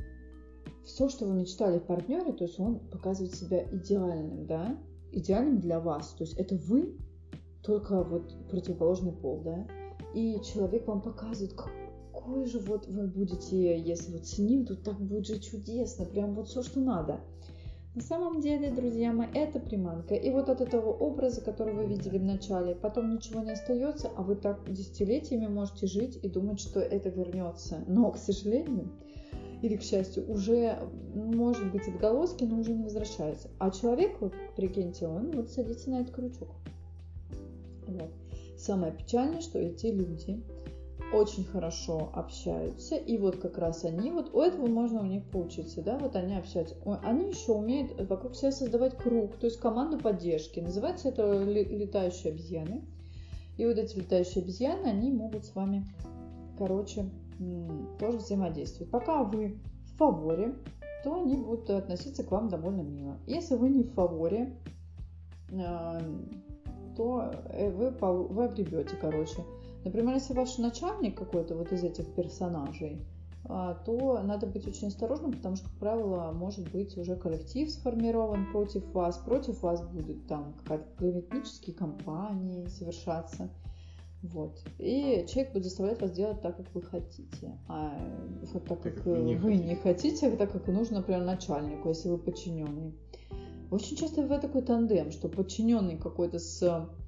Speaker 1: все, что вы мечтали в партнере, то есть он показывает себя идеальным, да, идеальным для вас, то есть это вы, только вот противоположный пол, да, и человек вам показывает, какой же вот вы будете, если вот с ним, то так будет же чудесно, прям вот все, что надо. На самом деле, друзья мои, это приманка. И вот от этого образа, который вы видели в начале, потом ничего не остается, а вы так десятилетиями можете жить и думать, что это вернется. Но, к сожалению, или к счастью, уже может быть отголоски, но уже не возвращается. А человек, вот прикиньте, он вот садится на этот крючок. Вот. Самое печальное, что эти люди очень хорошо общаются, и вот как раз они, вот у этого можно у них поучиться, да, вот они общаются. Они еще умеют вокруг себя создавать круг, то есть команду поддержки. Называется это летающие обезьяны. И вот эти летающие обезьяны, они могут с вами, короче, тоже взаимодействуют. Пока вы в фаворе, то они будут относиться к вам довольно мило. Если вы не в фаворе, то вы, вы огребете, короче. Например, если ваш начальник какой-то вот из этих персонажей, то надо быть очень осторожным, потому что, как правило, может быть уже коллектив сформирован против вас, против вас будут там какие-то клеветнические кампании совершаться. Вот. И человек будет заставлять вас делать так, как вы хотите. А вот так, так, как вы, не, вы хотите. не хотите, так, как нужно, например, начальнику, если вы подчиненный. Очень часто бывает такой тандем, что подчиненный какой-то с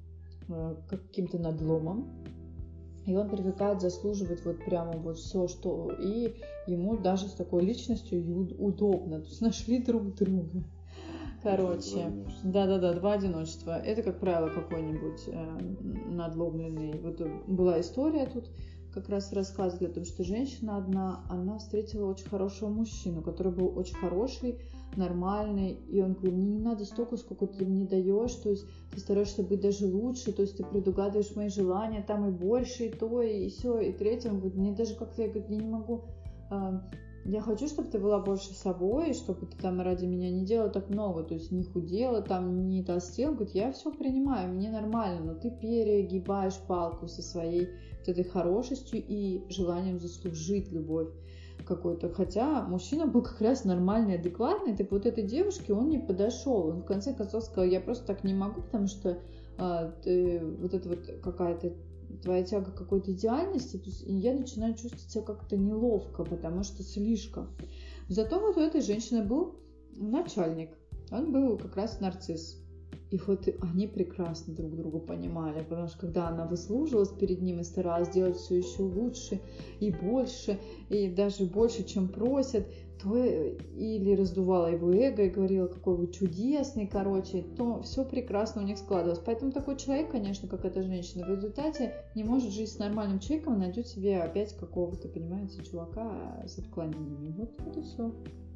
Speaker 1: э, каким-то надломом, и он привыкает заслуживать вот прямо вот все, что... И ему даже с такой личностью удобно. То есть нашли друг друга. Короче, да-да-да, два одиночества. Это, как правило, какой-нибудь э, надломленный. Вот была история тут, как раз рассказывали о том, что женщина одна, она встретила очень хорошего мужчину, который был очень хороший, нормальный, и он говорит: мне не надо столько, сколько ты мне даешь, то есть ты стараешься быть даже лучше, то есть ты предугадываешь мои желания, там и больше, и то, и все, и третье. Он говорит: мне даже как-то, я, говорит, я не могу... Э, Я хочу, чтобы ты была больше собой, чтобы ты там ради меня не делала так много, то есть не худела, там не толстела. Говорит, я все принимаю, мне нормально, но ты перегибаешь палку со своей вот этой хорошестью и желанием заслужить любовь какой-то. Хотя мужчина был как раз нормальный, адекватный, так вот этой девушке он не подошел. Он в конце концов сказал: я просто так не могу, потому что а, ты, вот это вот какая-то твоя тяга к какой-то идеальности, то есть я начинаю чувствовать себя как-то неловко, потому что слишком. Зато вот у этой женщины был начальник, он был как раз нарцисс. И вот они прекрасно друг друга понимали, потому что когда она выслужилась перед ним и старалась делать все еще лучше и больше, и даже больше, чем просят, то или раздувала его эго и говорила, какой вы чудесный, короче, то все прекрасно у них складывалось. Поэтому такой человек, конечно, как эта женщина, в результате не может жить с нормальным человеком, найдет себе опять какого-то, понимаете, чувака с отклонениями. Вот, вот и все.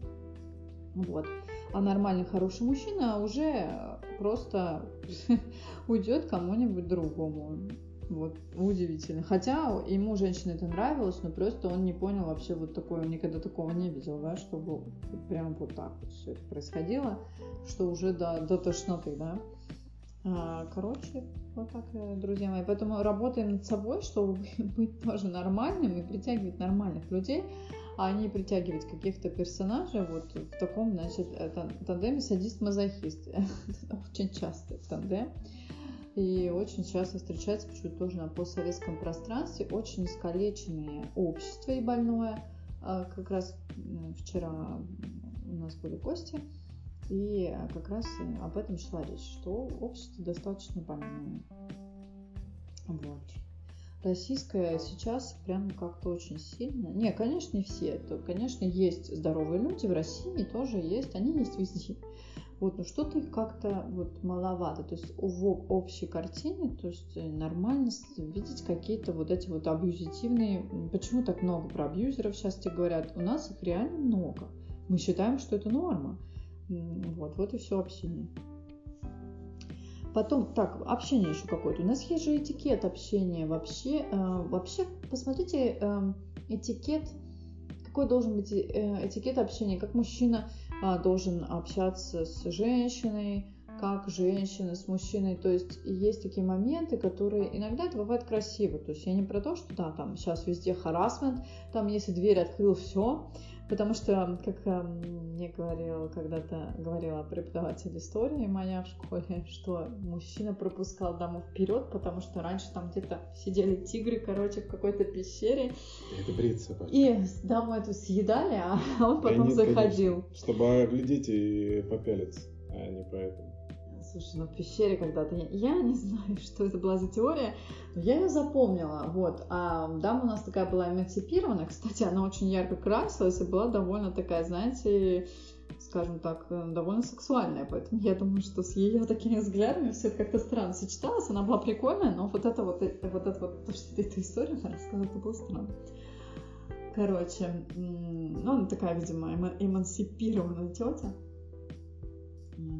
Speaker 1: Вот. А нормальный, хороший мужчина уже просто уйдет кому-нибудь другому. Вот, удивительно. Хотя ему женщина это нравилось, но просто он не понял вообще вот такое, он никогда такого не видел, да, чтобы прям вот так вот все это происходило, что уже до, до тошноты, да. А, короче, вот так, друзья мои. Поэтому работаем над собой, чтобы быть тоже нормальным и притягивать нормальных людей, а не притягивать каких-то персонажей вот в таком, значит, тандеме садист-мазохист. Это очень часто тандем. И очень часто встречается почему-то тоже на постсоветском пространстве очень искалеченное общество и больное. Как раз вчера у нас были гости, и как раз об этом шла речь, что общество достаточно больное. Вот. Российское сейчас прям как-то очень сильно... Не, конечно, не все. То, конечно, есть здоровые люди в России, тоже есть, они есть везде. Вот, но что-то их как-то вот маловато. То есть в общей картине, то есть нормально видеть какие-то вот эти вот абьюзитивные... Почему так много про абьюзеров сейчас тебе говорят? У нас их реально много. Мы считаем, что это норма. Вот, вот и все общение. Потом, так, общение еще какое-то. У нас есть же этикет общения вообще. Э, вообще, посмотрите, э, этикет, какой должен быть э, этикет общения, как мужчина э, должен общаться с женщиной, как женщина с мужчиной. То есть есть такие моменты, которые иногда это бывает красиво. То есть я не про то, что да, там сейчас везде харассмент, там если дверь открыл, все. Потому что, как мне говорила, когда-то говорила преподаватель истории моя в школе, что мужчина пропускал даму вперед, потому что раньше там где-то сидели тигры, короче, в какой-то пещере.
Speaker 2: Это бред собаки.
Speaker 1: И даму эту съедали, а он потом
Speaker 2: Они,
Speaker 1: заходил.
Speaker 2: Конечно, чтобы оглядеть и попялиться, а не поэтому.
Speaker 1: Слушай, ну в пещере когда-то, я, я не знаю, что это была за теория, но я ее запомнила, вот, а дама у нас такая была эмансипирована, кстати, она очень ярко красилась и была довольно такая, знаете, скажем так, довольно сексуальная, поэтому я думаю, что с ее такими взглядами все это как-то странно сочеталось, она была прикольная, но вот это вот, вот это вот, то, что эту историю она рассказала, это было странно. Короче, ну она такая, видимо, эмансипированная тетя.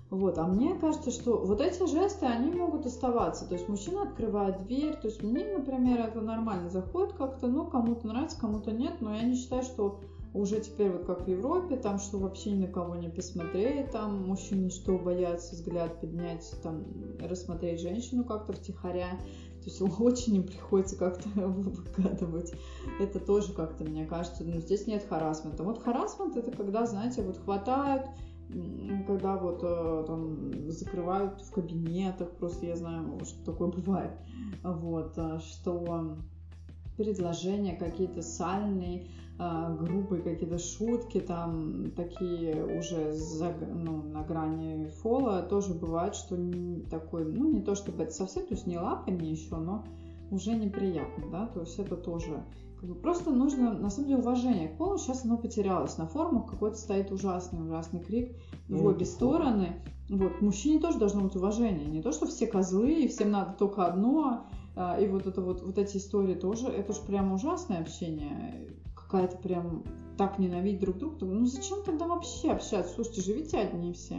Speaker 1: Вот, а мне кажется, что вот эти жесты, они могут оставаться. То есть мужчина открывает дверь, то есть мне, например, это нормально заходит как-то, ну, кому-то нравится, кому-то нет, но я не считаю, что уже теперь вот как в Европе, там, что вообще ни на кого не посмотреть, там, мужчины что, боятся взгляд поднять, там, рассмотреть женщину как-то втихаря. То есть очень им приходится как-то выгадывать. Это тоже как-то, мне кажется, ну, здесь нет харассмента. Вот харассмент — это когда, знаете, вот хватают, когда вот там закрывают в кабинетах, просто я знаю, что такое бывает, вот, что предложения какие-то сальные, грубые какие-то шутки, там такие уже за, ну, на грани фола, тоже бывает, что не такой, ну не то чтобы это совсем, то есть не лапание еще, но уже неприятно, да, то есть это тоже как бы просто нужно, на самом деле, уважение к полу. Сейчас оно потерялось, на форумах какой-то стоит ужасный, ужасный крик в ну, обе стороны. Вот, к мужчине тоже должно быть уважение, не то, что все козлы, и всем надо только одно, и вот это вот, вот эти истории тоже, это же прям ужасное общение, какая-то прям так ненавидеть друг друга. Ну зачем тогда вообще общаться? Слушайте, живите одни все.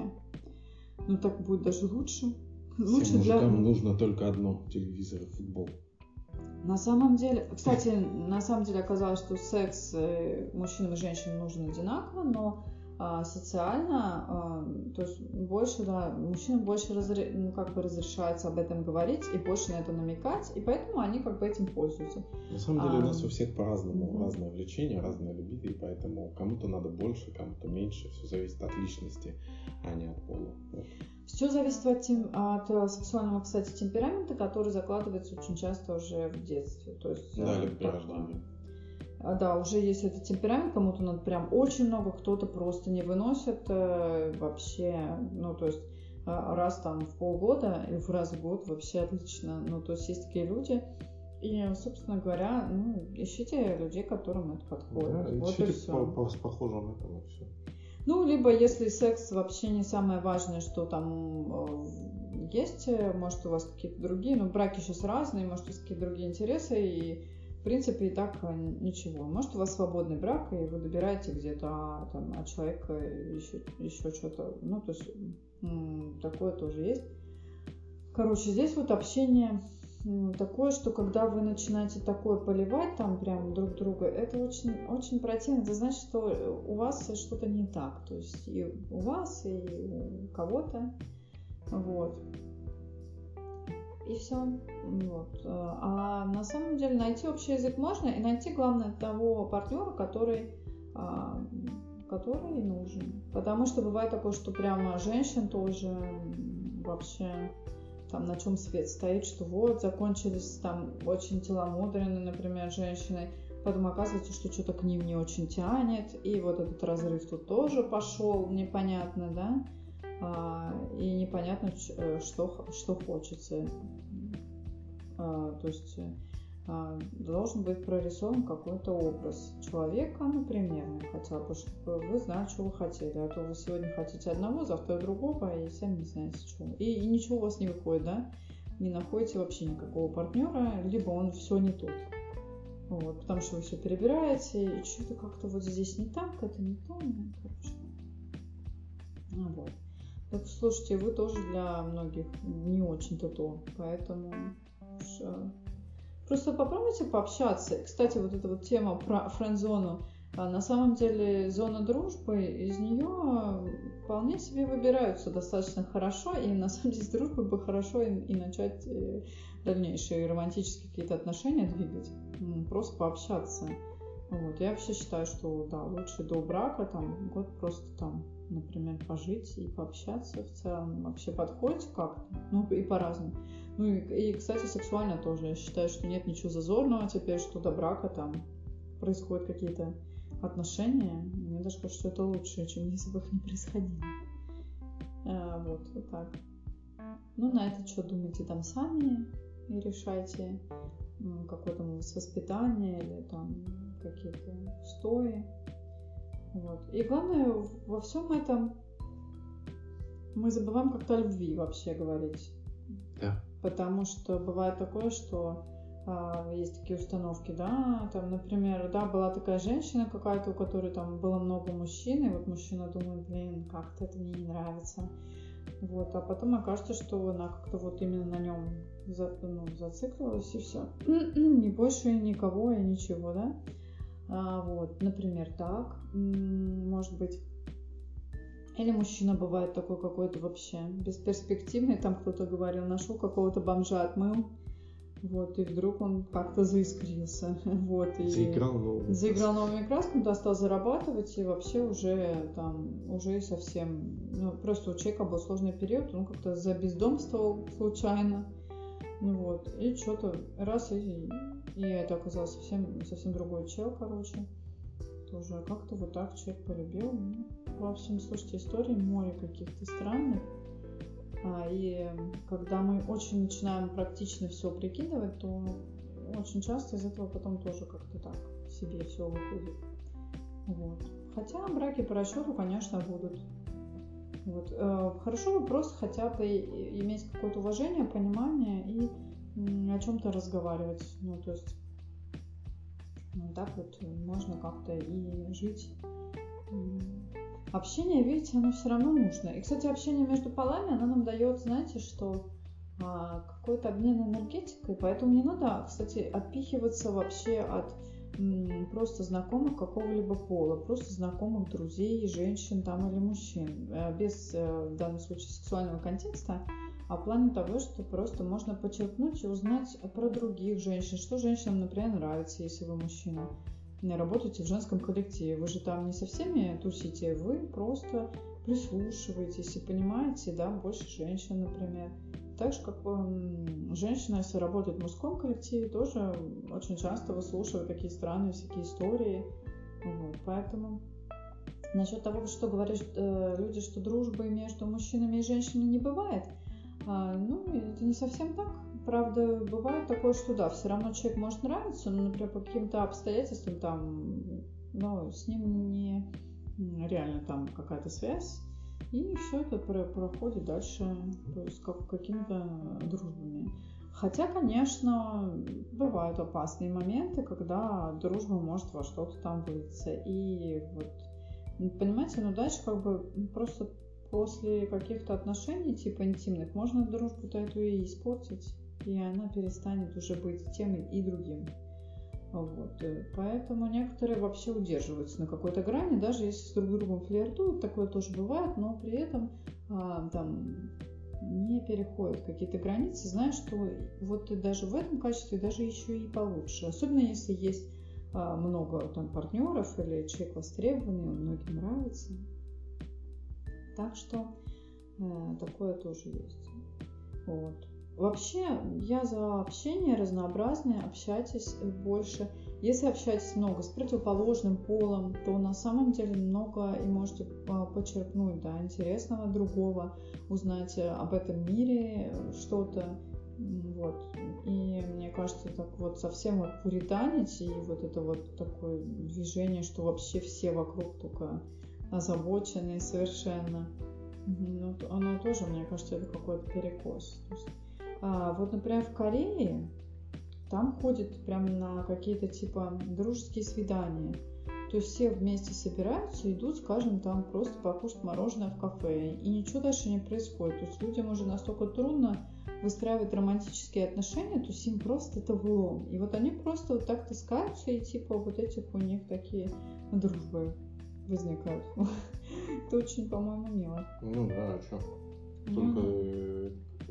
Speaker 1: Ну так будет даже лучше. Лучше
Speaker 2: всем мужикам
Speaker 1: для...
Speaker 2: нужно только одно: телевизор и футбол.
Speaker 1: На самом деле, кстати, на самом деле оказалось, что секс мужчинам и женщинам нужен одинаково, но а, социально, а, то есть больше, да, мужчинам больше разре... ну, как бы разрешается об этом говорить и больше на это намекать, и поэтому они как бы этим пользуются.
Speaker 2: На самом деле
Speaker 1: а...
Speaker 2: у нас у всех по-разному,
Speaker 1: угу.
Speaker 2: разное влечение, разные любви, и поэтому кому-то надо больше, кому-то меньше, все зависит от личности, а не от пола. Вот.
Speaker 1: Все зависит от, тем, от сексуального, кстати, темперамента, который закладывается очень часто уже в детстве. То есть,
Speaker 2: да, либо при рождении.
Speaker 1: Да, уже есть этот темперамент, кому-то надо прям очень много, кто-то просто не выносит вообще, ну, то есть раз там в полгода или в раз в год вообще отлично. Ну, то есть есть такие люди, и, собственно говоря, ну, ищите людей, которым это подходит.
Speaker 2: Да,
Speaker 1: вот
Speaker 2: ищите
Speaker 1: и все.
Speaker 2: По, по, похожим этому все.
Speaker 1: Ну, либо если секс вообще не самое важное, что там есть, может, у вас какие-то другие, ну, браки сейчас разные, может, у вас какие-то другие интересы, и, в принципе, и так ничего. Может, у вас свободный брак, и вы добираете где-то, а, там, от человека еще, еще что-то, ну, то есть, м- такое тоже есть. Короче, здесь вот общение такое, что когда вы начинаете такое поливать там прям друг друга, это очень, очень противно. Это значит, что у вас что-то не так. То есть и у вас, и у кого-то. Вот. И все. Вот. А на самом деле найти общий язык можно, и найти, главное, того партнера, который, который нужен. Потому что бывает такое, что прямо женщин тоже вообще... там на чем свет стоит, что вот закончились там очень целомудренные, например, женщины, потом оказывается, что что-то к ним не очень тянет, и вот этот разрыв тут тоже пошел, непонятно, да, а, и непонятно, что, что хочется, а, то есть а, должен быть прорисован какой-то образ человека, ну, примерно, хотя бы, чтобы вы знали, что вы хотели, а то вы сегодня хотите одного, завтра другого, и сами не знаете, чего. И, и ничего у вас не выходит, да, не находите вообще никакого партнера, либо он все не тот. Вот, потому что вы все перебираете, и что-то как-то вот здесь не так, это не то, ну, короче. Ну, вот. Так, слушайте, вы тоже для многих не очень-то то, поэтому... Просто попробуйте пообщаться. Кстати, вот эта вот тема про френд-зону. На самом деле, зона дружбы, из нее вполне себе выбираются достаточно хорошо. И на самом деле, с дружбой бы хорошо и, и начать дальнейшие романтические какие-то отношения двигать. Просто пообщаться. Вот. Я вообще считаю, что да, лучше до брака там год просто там, например, пожить и пообщаться в целом. Вообще подходите как-то? Ну и по-разному. Ну и, и, кстати, сексуально тоже. Я считаю, что нет ничего зазорного теперь, что до брака там происходят какие-то отношения. Мне даже кажется, что это лучше, чем если бы их не происходило. А, вот, вот так. Ну, на это что думаете там сами и решайте, какое там у вас воспитание или там какие-то устои. Вот. И главное, во всем этом мы забываем как-то о любви вообще говорить.
Speaker 2: Да.
Speaker 1: Потому что бывает такое, что а, есть такие установки, да, там, например, да, была такая женщина какая-то, у которой там было много мужчин, и вот мужчина думает, блин, как-то это мне не нравится. Вот, а потом окажется, что она как-то вот именно на нем за, ну, зациклилась, и все. Ни больше никого и ничего, да? А, вот, например, так, может быть. Или мужчина бывает такой какой-то вообще бесперспективный, там кто-то говорил, нашел какого-то бомжа, отмыл, вот, и вдруг он как-то заискрился, вот, и
Speaker 2: заиграл новыми
Speaker 1: заиграл новыми красками, да, стал зарабатывать, и вообще уже там, уже совсем, ну, просто у человека был сложный период, он как-то забездомствовал случайно, ну вот, и что-то раз, и, и это оказался совсем, совсем другой чел, короче, тоже как-то вот так человек полюбил. В общем, слушайте, истории море каких-то странных. А, и когда мы очень начинаем практично все прикидывать, то очень часто из этого потом тоже как-то так себе все выходит. Вот. Хотя браки по расчету, конечно, будут. Вот. Хорошо бы просто хотя бы иметь какое-то уважение, понимание и о чем-то разговаривать. Ну, то есть ну, так вот можно как-то и жить. Общение, видите, оно все равно нужно. И, кстати, общение между полами, оно нам дает, знаете, что а, какой-то обмен энергетикой, поэтому не надо, кстати, отпихиваться вообще от м, просто знакомых какого-либо пола, просто знакомых друзей, женщин там или мужчин, без, в данном случае, сексуального контекста, а в плане того, что просто можно почерпнуть и узнать про других женщин, что женщинам, например, нравится, если вы мужчина. Работаете в женском коллективе, вы же там не со всеми тусите, вы просто прислушиваетесь и понимаете, да, больше женщин, например. Так же, как женщина, если работает в мужском коллективе, тоже очень часто выслушивает такие странные всякие истории. Вот. Поэтому насчет того, что говорят э, люди, что дружбы между мужчинами и женщинами не бывает, а, ну, это не совсем так. Правда, бывает такое, что да, все равно человек может нравиться, но, например, по каким-то обстоятельствам там, ну, с ним не реально там какая-то связь, и все это про- проходит дальше, то есть как какими-то дружбами. Хотя, конечно, бывают опасные моменты, когда дружба может во что-то там вылиться. И вот, понимаете, ну дальше как бы просто после каких-то отношений типа интимных можно дружбу-то эту и испортить. И она перестанет уже быть тем и другим. Вот. Поэтому некоторые вообще удерживаются на какой-то грани, даже если с друг другом флиртуют, такое тоже бывает, но при этом а, там, не переходят какие-то границы, зная, что вот и даже в этом качестве даже еще и получше. Особенно если есть а, много там партнеров или человек востребованный, он многим нравится. Так что э, такое тоже есть. Вот. Вообще, я за общение разнообразное, общайтесь больше. Если общаетесь много с противоположным полом, то на самом деле много и можете почерпнуть, да, интересного другого, узнать об этом мире что-то. Вот. И мне кажется, так вот совсем вот пуританить и вот это вот такое движение, что вообще все вокруг только озабоченные совершенно, ну, оно тоже, мне кажется, это какой-то перекос. То есть, а, вот, например, в Корее там ходят прямо на какие-то типа дружеские свидания. То есть все вместе собираются, идут, скажем, там просто покушать мороженое в кафе. И ничего дальше не происходит. То есть людям уже настолько трудно выстраивать романтические отношения, то есть им просто это влом. И вот они просто вот так таскаются, и типа вот этих у них такие дружбы возникают. Это очень, по-моему, мило.
Speaker 2: Ну да, а что? Только...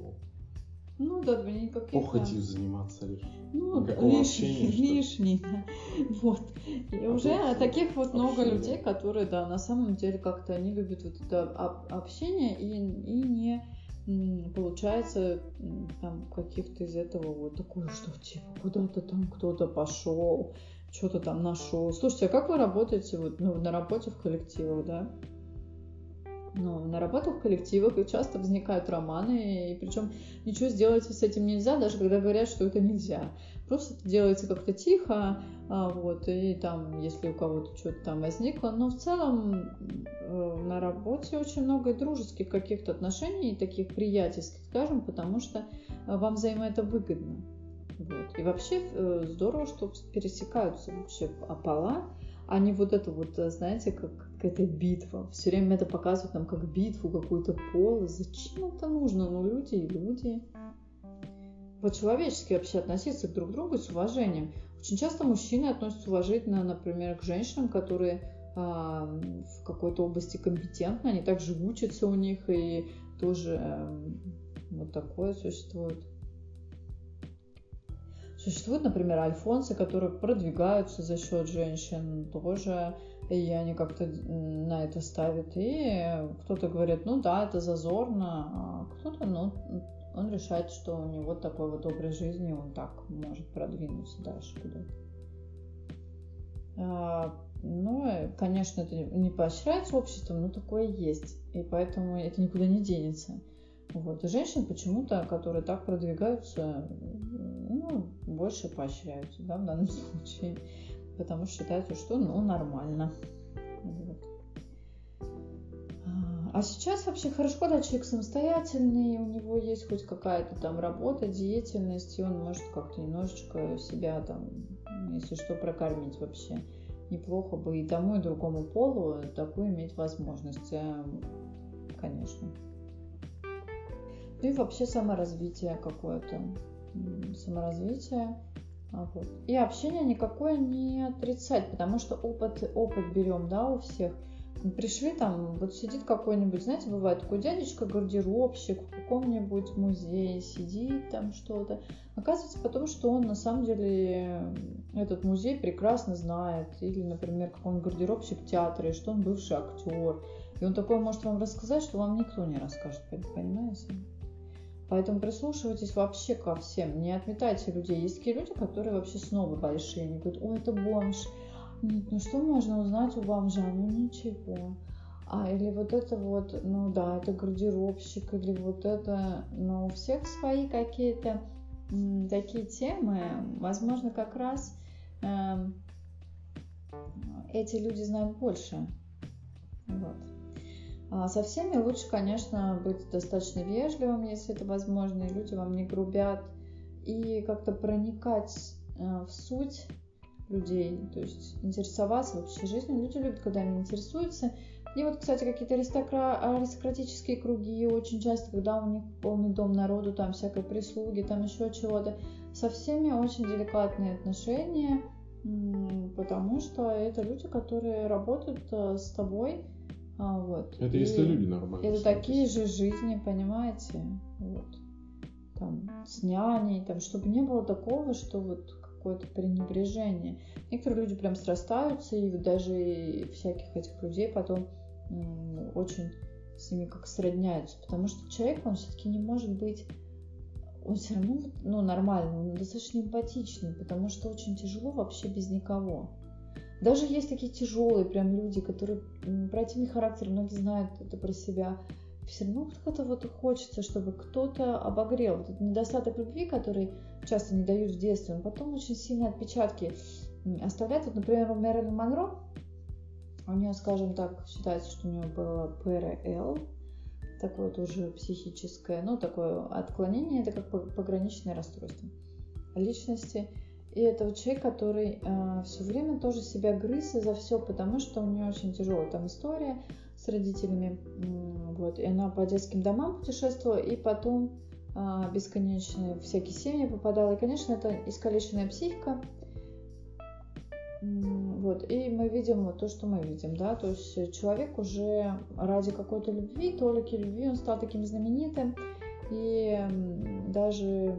Speaker 1: Ну да, не какие-то...
Speaker 2: Похотью заниматься лишь.
Speaker 1: Ну,
Speaker 2: никакого
Speaker 1: лишний,
Speaker 2: общения,
Speaker 1: лишний, да. Вот. И а уже таких вот
Speaker 2: общение.
Speaker 1: Много людей, которые, да, на самом деле как-то они любят вот это общение и, и не м, получается там каких-то из этого вот такое, что типа куда-то там кто-то пошел, что-то там нашел. Слушайте, а как вы работаете вот, ну, на работе в коллективах, да? Ну, на работах в коллективах и часто возникают романы, и причем ничего сделать с этим нельзя, даже когда говорят, что это нельзя. Просто это делается как-то тихо, а, вот, и там, если у кого-то что-то там возникло. Но в целом э, на работе очень много и дружеских каких-то отношений, и таких приятельских, скажем, потому что вам взаимно это выгодно. Вот. И вообще здорово, что пересекаются вообще пола, а не вот это вот, знаете, как какая-то битва. Все время это показывают нам как битву, какую-то пола. Зачем это нужно? Ну, люди и люди. По-человечески вообще относиться друг к другу с уважением. Очень часто мужчины относятся уважительно, например, к женщинам, которые а, в какой-то области компетентны, они также учатся у них, и тоже а, вот такое существует. Существуют, например, альфонсы, которые продвигаются за счет женщин тоже, и они как-то на это ставят. И кто-то говорит, ну да, это зазорно, а кто-то, ну, он решает, что у него такой вот образ жизни, он так может продвинуться дальше куда-то. А, ну, конечно, это не поощряется обществом, но такое есть, и поэтому это никуда не денется. Вот. И женщин почему-то, которые так продвигаются, ну, больше поощряются, да, в данном случае, потому что считается, что, ну, нормально. Вот. А сейчас вообще хорошо, когда человек самостоятельный, у него есть хоть какая-то там работа, деятельность, и он может как-то немножечко себя там, если что, прокормить вообще. Неплохо бы и тому, и другому полу такую иметь возможность, конечно. Ну и вообще саморазвитие какое-то, саморазвитие. Вот. И общение никакое не отрицать, потому что опыт, опыт берем, да, у всех. Пришли там, вот сидит какой-нибудь, знаете, бывает такой дядечка-гардеробщик в каком-нибудь музее, сидит там что-то. Оказывается потом, что он на самом деле этот музей прекрасно знает. Или, например, какой-нибудь гардеробщик театра, и что он бывший актер. И он такое может вам рассказать, что вам никто не расскажет, понимаете? Поэтому прислушивайтесь вообще ко всем, не отметайте людей. Есть такие люди, которые вообще снобы большие, они говорят, ой, это бомж. Нет, ну что можно узнать у бомжа? Ну ничего. А или вот это вот, ну да, это гардеробщик, или вот это, но у всех свои какие-то м, такие темы. Возможно, как раз э, эти люди знают больше. Вот. А со всеми лучше, конечно, быть достаточно вежливым, если это возможно, и люди вам не грубят, и как-то проникать э, в суть людей, то есть интересоваться вообще жизнью. Люди любят, когда они интересуются. И вот, кстати, какие-то аристокра... аристократические круги, очень часто, когда у них полный дом народу, там всякой прислуги, там еще чего-то, со всеми очень деликатные отношения, потому что это люди, которые работают с тобой. Вот.
Speaker 2: Это
Speaker 1: и
Speaker 2: если люди нормальные.
Speaker 1: Это такие же жизни, понимаете? Вот. Там, с няней, там, чтобы не было такого, что вот какое-то пренебрежение. Некоторые люди прям срастаются, и даже и всяких этих людей потом м, очень с ними как сродняются, потому что человек, он все-таки не может быть, он все равно, ну, нормальный, он достаточно эмпатичный, потому что очень тяжело вообще без никого. Даже есть такие тяжелые прям люди, которые противный характер, многие знают это про себя. Все равно как-то вот хочется, чтобы кто-то обогрел. Вот этот недостаток любви, который часто не дают в детстве, он потом очень сильные отпечатки оставляет. Вот, например, у Мэрилин Монро, у нее, скажем так, считается, что у нее было пэ эр эл, такое тоже психическое, ну, такое отклонение, это как пограничное расстройство личности. И это вот человек, который э, все время тоже себя грыз за все, потому что у нее очень тяжелая там история с родителями. Вот. И она по детским домам путешествовала, и потом э, бесконечно всякие семьи попадала. И, конечно, это искалеченная психика. Вот. И мы видим вот то, что мы видим, да, то есть человек уже ради какой-то любви, толики любви, он стал таким знаменитым, и даже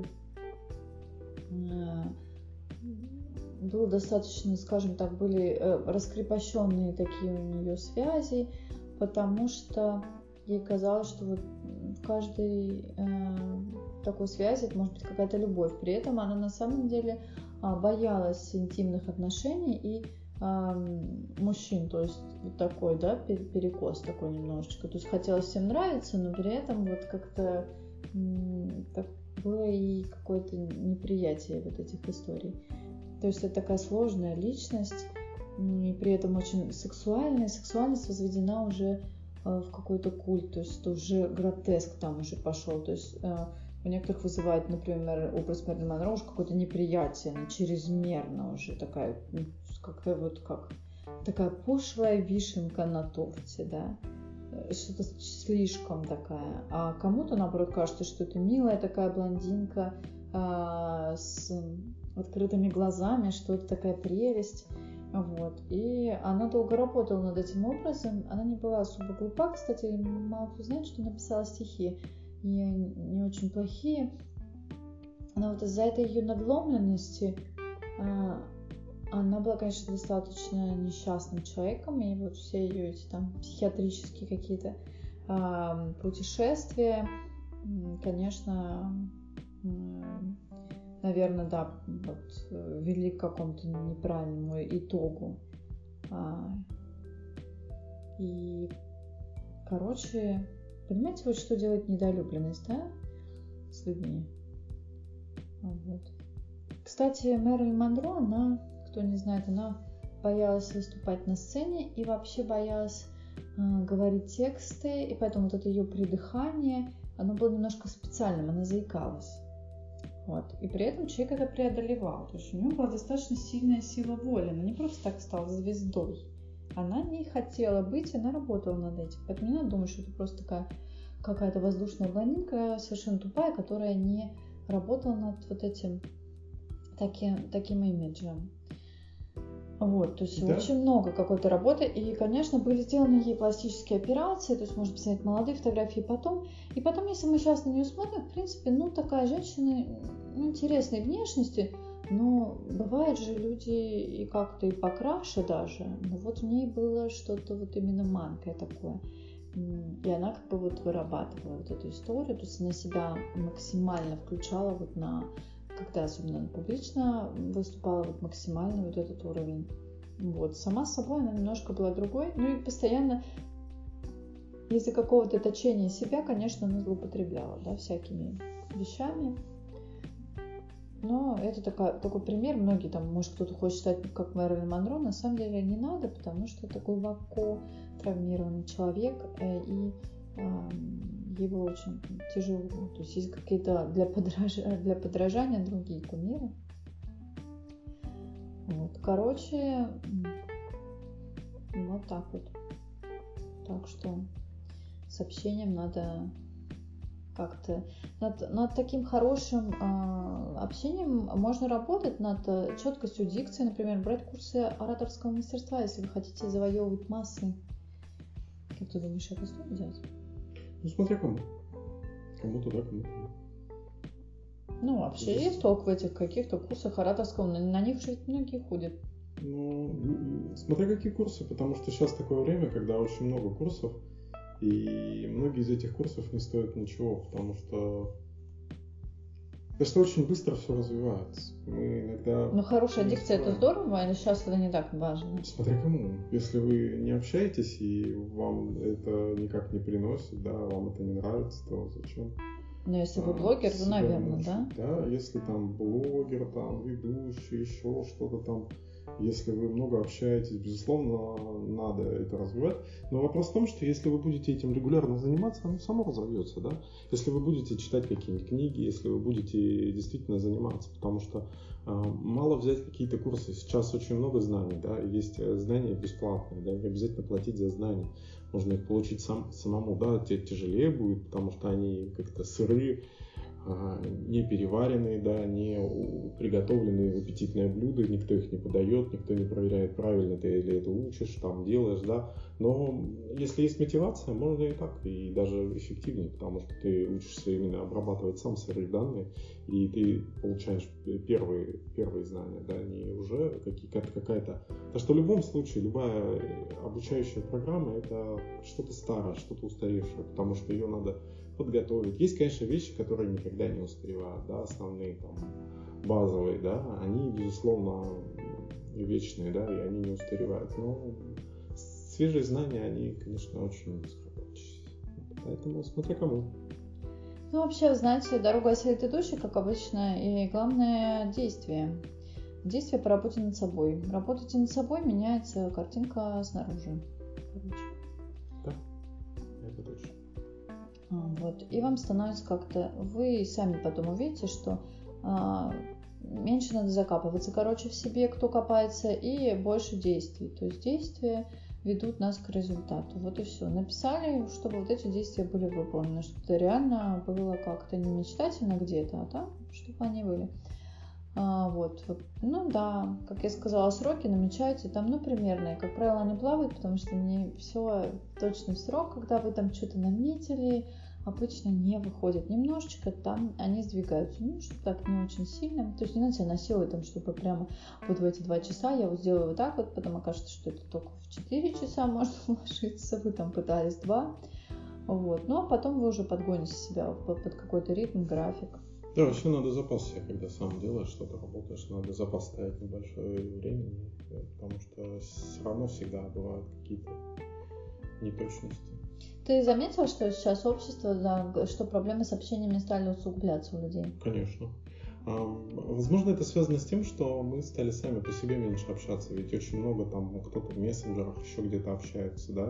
Speaker 1: было достаточно, скажем так, были раскрепощенные такие у нее связи, потому что ей казалось, что вот в каждой э, такой связи это может быть какая-то любовь. При этом она на самом деле э, боялась интимных отношений и э, мужчин, то есть вот такой, да, перекос такой немножечко. То есть хотелось всем нравиться, но при этом вот как-то э, так было и какое-то неприятие вот этих историй. То есть это такая сложная личность, и при этом очень сексуальная. Сексуальность возведена уже в какой-то культ, то есть это уже гротеск там уже пошел. То есть у некоторых вызывает, например, образ Мэрилин Монро уже какое-то неприятие, она чрезмерно уже такая, как-то вот как такая пошлая вишенка на торте, да, что-то слишком такая. А кому-то, наоборот, кажется, что это милая такая блондинка а, с открытыми глазами, что это такая прелесть. Вот. И она долго работала над этим образом. Она не была особо глупа, кстати, мало кто знает, что написала стихи и не очень плохие. Но вот из-за этой ее надломленности а, она была, конечно, достаточно несчастным человеком, и вот все ее эти там психиатрические какие-то а, путешествия, конечно, наверное, да, вот, вели к какому-то неправильному итогу. А, и, короче, понимаете, вот что делает недолюбленность, да, с людьми? Вот. Кстати, Мэрилин Монро, она, кто не знает, она боялась выступать на сцене и вообще боялась э, говорить тексты, и поэтому вот это ее придыхание, оно было немножко специальным, она заикалась. Вот. И при этом человек это преодолевал. То есть у нее была достаточно сильная сила воли. Она не просто так стала звездой. Она не хотела быть, она работала над этим. Поэтому не надо думать, что это просто такая какая-то воздушная блондинка, совершенно тупая, которая не работала над вот этим таким, таким имиджем. Вот, то есть да. Очень много какой-то работы. И, конечно, были сделаны ей пластические операции, то есть можно посмотреть молодые фотографии потом. И потом, если мы сейчас на нее смотрим, в принципе, ну, такая женщина ну, интересной внешности, но бывают же люди и как-то и покраше даже. Но вот в ней было что-то вот именно манкое такое. И она как бы вот вырабатывала вот эту историю, то есть она себя максимально включала вот на, когда особенно публично выступала, вот максимально вот этот уровень. Вот. Сама с собой она немножко была другой, ну и постоянно из-за какого-то точения себя, конечно, она злоупотребляла, да, всякими вещами. Но это такая, такой пример, многие там, может кто-то хочет стать как Мэрилин Монро, на самом деле не надо, потому что это глубоко травмированный человек, и э, ей было очень тяжело. То есть есть какие-то для, подраж... для подражания другие кумиры. Вот. Короче, вот так вот. Так что с общением надо как-то над, над таким хорошим э, общением можно работать, над четкостью дикции, например, брать курсы ораторского мастерства, если вы хотите завоевывать массы. Как ты думаешь, это стоит делать?
Speaker 2: Ну, смотря кому. Кому-то да, кому-то нет.
Speaker 1: Ну, вообще есть, есть толк в этих каких-то курсах ораторского, на, на них же ведь многие ходят.
Speaker 2: Ну, смотря какие курсы, потому что сейчас такое время, когда очень много курсов, и многие из этих курсов не стоят ничего, потому что потому что очень быстро все развивается. Мы иногда...
Speaker 1: Ну, хорошая дикция — это здорово, или сейчас это не так важно?
Speaker 2: Смотря кому. Если вы не общаетесь, и вам это никак не приносит, да, вам это не нравится, то зачем?
Speaker 1: Ну, если вы блогер, то, наверное, да?
Speaker 2: Да, если там блогер, там, ведущий, еще что-то там. Если вы много общаетесь, безусловно, надо это развивать. Но вопрос в том, что если вы будете этим регулярно заниматься, оно само разовьется, да? Если вы будете читать какие-нибудь книги, если вы будете действительно заниматься, потому что э, мало взять какие-то курсы. Сейчас очень много знаний, да, есть знания бесплатные, да, не обязательно платить за знания. Можно их получить сам, самому, да, тебе тяжелее будет, потому что они как-то сырые, не переваренные, да, не приготовленные в аппетитное блюдо, никто их не подает, никто не проверяет, правильно ты или это учишь, там делаешь, да. Но если есть мотивация, можно и так, и даже эффективнее, потому что ты учишься именно обрабатывать сам сырые данные, и ты получаешь первые, первые знания, да, не уже какие-то, какая-то... Потому что в любом случае любая обучающая программа — это что-то старое, что-то устаревшее, потому что ее надо подготовить. Есть, конечно, вещи, которые никогда не устаревают, да, основные там базовые, да, они, безусловно, вечные, да, и они не устаревают, но свежие знания, они, конечно, очень быстрорабочие. Поэтому смотря кому.
Speaker 1: Ну, вообще, знаете, дорога осилит идущих, как обычно, и главное — действие. Действие по работе над собой. Работайте над собой, меняется картинка снаружи. Короче.
Speaker 2: Да, это точно.
Speaker 1: Вот. И вам становится как-то... Вы сами потом увидите, что а, меньше надо закапываться, короче, в себе, кто копается, и больше действий. То есть действия ведут нас к результату. Вот и все. Написали, чтобы вот эти действия были выполнены, чтобы это реально было как-то не мечтательно где-то, а там, чтобы они были. А, вот. Ну да, как я сказала, сроки намечаются там, ну, примерные. Как правило, они плавают, потому что не все точно в срок, когда вы там что-то наметили, обычно не выходят. Немножечко там они сдвигаются, ну, чтобы так не очень сильно. То есть не надо себя насиловать, там, чтобы прямо вот в эти два часа я вот сделаю вот так вот, потом окажется, что это только в четыре часа можно уложиться, вы там пытались два. Вот. Ну, а потом вы уже подгоните себя под какой-то ритм, график.
Speaker 2: Да, вообще надо запас себе, когда сам делаешь что-то, работаешь, надо запас ставить небольшое времени, потому что все равно всегда бывают какие-то неточности.
Speaker 1: Ты заметил, что сейчас общество, да, что проблемы с общением стали усугубляться у людей?
Speaker 2: Конечно. Возможно, это связано с тем, что мы стали сами по себе меньше общаться, ведь очень много там кто-то в мессенджерах еще где-то общается, да,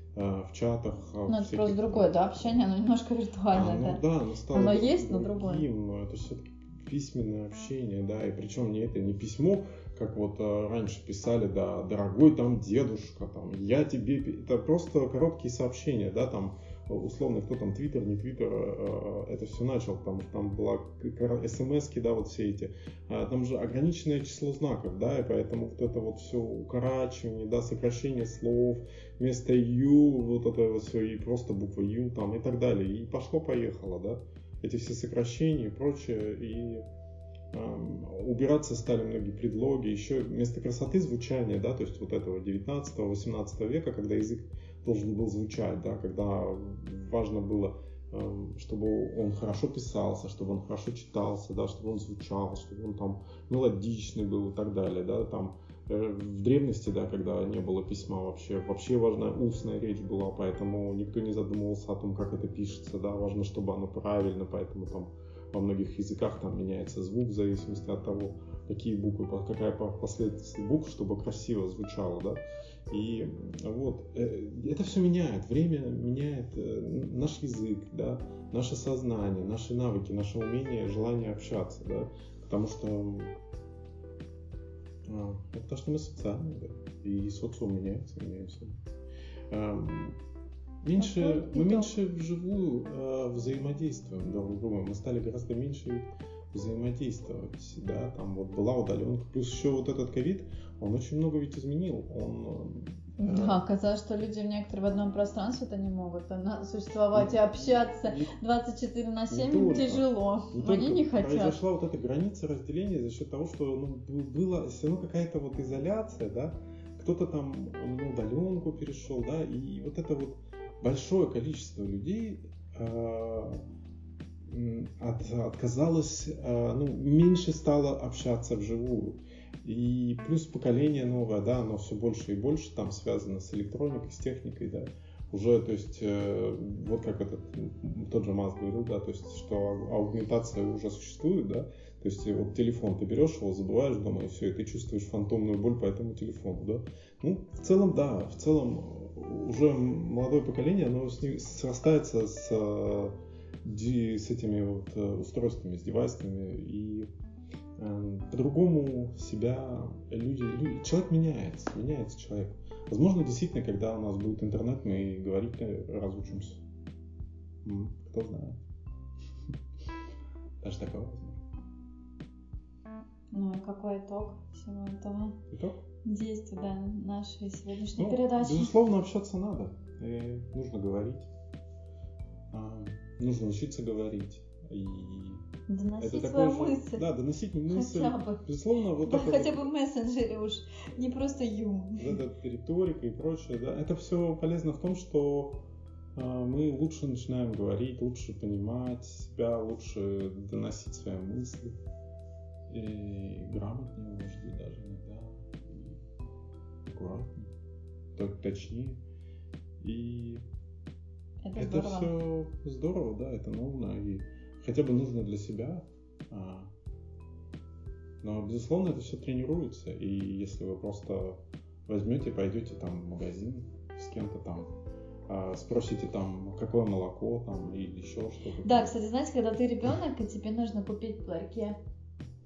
Speaker 2: в чатах.
Speaker 1: Ну, это просто другое, да, общение, оно немножко виртуальное,
Speaker 2: а, ну,
Speaker 1: да?
Speaker 2: да, оно, стало
Speaker 1: оно
Speaker 2: другим,
Speaker 1: есть, но другое.
Speaker 2: Но это все-таки письменное общение, да, и причем не это не письмо, как вот раньше писали, да, дорогой там дедушка, там, я тебе, это просто короткие сообщения, да, там, условно, кто там, Твиттер, не Твиттер, это все начал, потому что там была смс-ки, да, вот все эти, там же ограниченное число знаков, да, и поэтому вот это вот все укорачивание, да, сокращение слов, вместо ю, вот это вот все, и просто буква ю там и так далее, и пошло-поехало, да, эти все сокращения и прочее, и эм, убираться стали многие предлоги, еще вместо красоты звучания, да, то есть вот этого девятнадцатого-восемнадцатого века, когда язык должен был звучать, да, когда важно было, эм, чтобы он хорошо писался, чтобы он хорошо читался, да, чтобы он звучал, чтобы он там мелодичный был и так далее, да, там э, в древности, да, когда не было письма вообще, вообще важна устная речь была, поэтому никто не задумывался о том, как это пишется, да, важно, чтобы оно правильно, поэтому там во многих языках там меняется звук в зависимости от того, какие буквы, какая последовательность букв, чтобы красиво звучало, да. И вот, это все меняет, время меняет наш язык, да, наше сознание, наши навыки, наше умение, желание общаться, да, потому что, а, потому что мы социальные, да, и социум меняется, меняемся. Меньше, мы меньше вживую э, взаимодействуем друг с другом, мы стали гораздо меньше взаимодействовать, да, там вот была удаленка, плюс еще вот этот ковид, он очень много ведь изменил, он...
Speaker 1: Э, да, оказалось, что люди в некоторые в одном пространстве-то не могут существовать и, и общаться и, двадцать четыре на семь только, тяжело, не они не хотят.
Speaker 2: Произошла вот эта граница разделения за счет того, что ну, была все равно какая-то вот изоляция, да, кто-то там на удаленку перешел, да, и вот это вот большое количество людей э, от, отказалось, э, ну, меньше стало общаться вживую. И плюс поколение новое, да, оно все больше и больше там связано с электроникой, с техникой, да. Уже, то есть, э, вот как этот, тот же Маск говорил, да, то есть, что аугментация уже существует, да. То есть, вот телефон ты берешь его, забываешь дома, и все, и ты чувствуешь фантомную боль по этому телефону, да. Ну, в целом, да, в целом, уже молодое поколение, оно с ним срастается с, с этими вот устройствами, с девайсами, и э, по-другому себя люди, люди, человек меняется, меняется человек. Возможно, действительно, когда у нас будет интернет, мы говорить разучимся. Кто знает. Даже такое возможно.
Speaker 1: Ну и какой итог всего этого?
Speaker 2: Итог?
Speaker 1: Действия, да, нашей сегодняшней
Speaker 2: ну,
Speaker 1: передачи.
Speaker 2: Безусловно, общаться надо. И нужно говорить. А, нужно учиться говорить. И
Speaker 1: доносить
Speaker 2: это
Speaker 1: свою
Speaker 2: же,
Speaker 1: мысль.
Speaker 2: Да, доносить мысль.
Speaker 1: Хотя бы.
Speaker 2: Безусловно, вот
Speaker 1: да,
Speaker 2: это
Speaker 1: хотя
Speaker 2: вот,
Speaker 1: бы в мессенджере уж, не просто ю.
Speaker 2: Вот эта риторика и прочее, да, это все полезно в том, что а, мы лучше начинаем говорить, лучше понимать себя, лучше доносить свои мысли. И грамотнее, может быть, даже иногда, и аккуратнее, только точнее. И
Speaker 1: это,
Speaker 2: это
Speaker 1: здорово.
Speaker 2: все здорово, да, это нужно, и хотя бы нужно для себя. А, но, безусловно, это все тренируется, и если вы просто возьмете, пойдете там в магазин с кем-то там, а, спросите там, какое молоко там или еще что-то.
Speaker 1: Да, кстати, знаете, когда ты ребенок, и тебе нужно купить в ларьке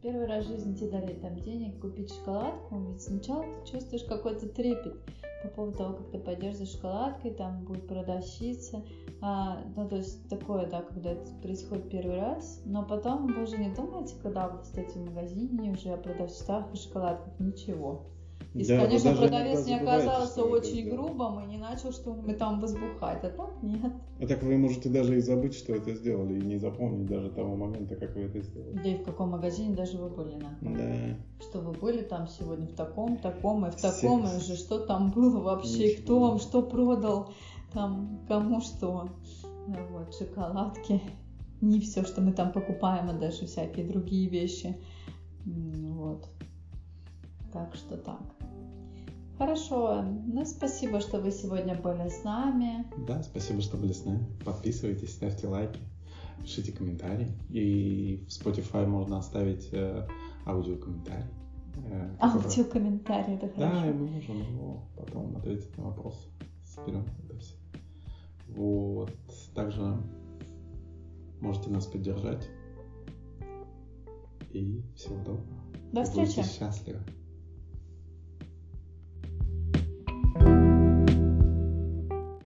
Speaker 1: первый раз в жизни тебе дали там денег купить шоколадку, ведь сначала ты чувствуешь какой-то трепет по поводу того, как ты пойдешь за шоколадкой, там будет продавщица, а, ну то есть такое, да, когда это происходит первый раз, но потом вы же не думаете, когда вы стоите в магазине уже о продавцах и шоколадках, ничего. Если, да, конечно, продавец не оказался очень грубым и не начал что-нибудь там возбухать, а так нет.
Speaker 2: А так вы можете даже и забыть, что это сделали, и не запомнить даже того момента, как вы это сделали.
Speaker 1: Да и в каком магазине даже вы были, на?
Speaker 2: Да.
Speaker 1: Что вы были там сегодня в таком, таком и в таком, и уже что там было вообще, ничего. Кто вам что продал, там кому что. Вот, шоколадки. Не все, что мы там покупаем, а даже всякие другие вещи. Вот. Так что так. Хорошо. Ну, спасибо, что вы сегодня были с нами.
Speaker 2: Да, спасибо, что были с нами. Подписывайтесь, ставьте лайки, пишите комментарии. И в Spotify можно оставить э, аудиокомментарий.
Speaker 1: Э, аудиокомментарий, это хорошо.
Speaker 2: Да, и мы можем его потом ответить на вопрос. Соберем это все. Вот. Также можете нас поддержать. И всего доброго.
Speaker 1: До встречи.
Speaker 2: Будьте счастливы.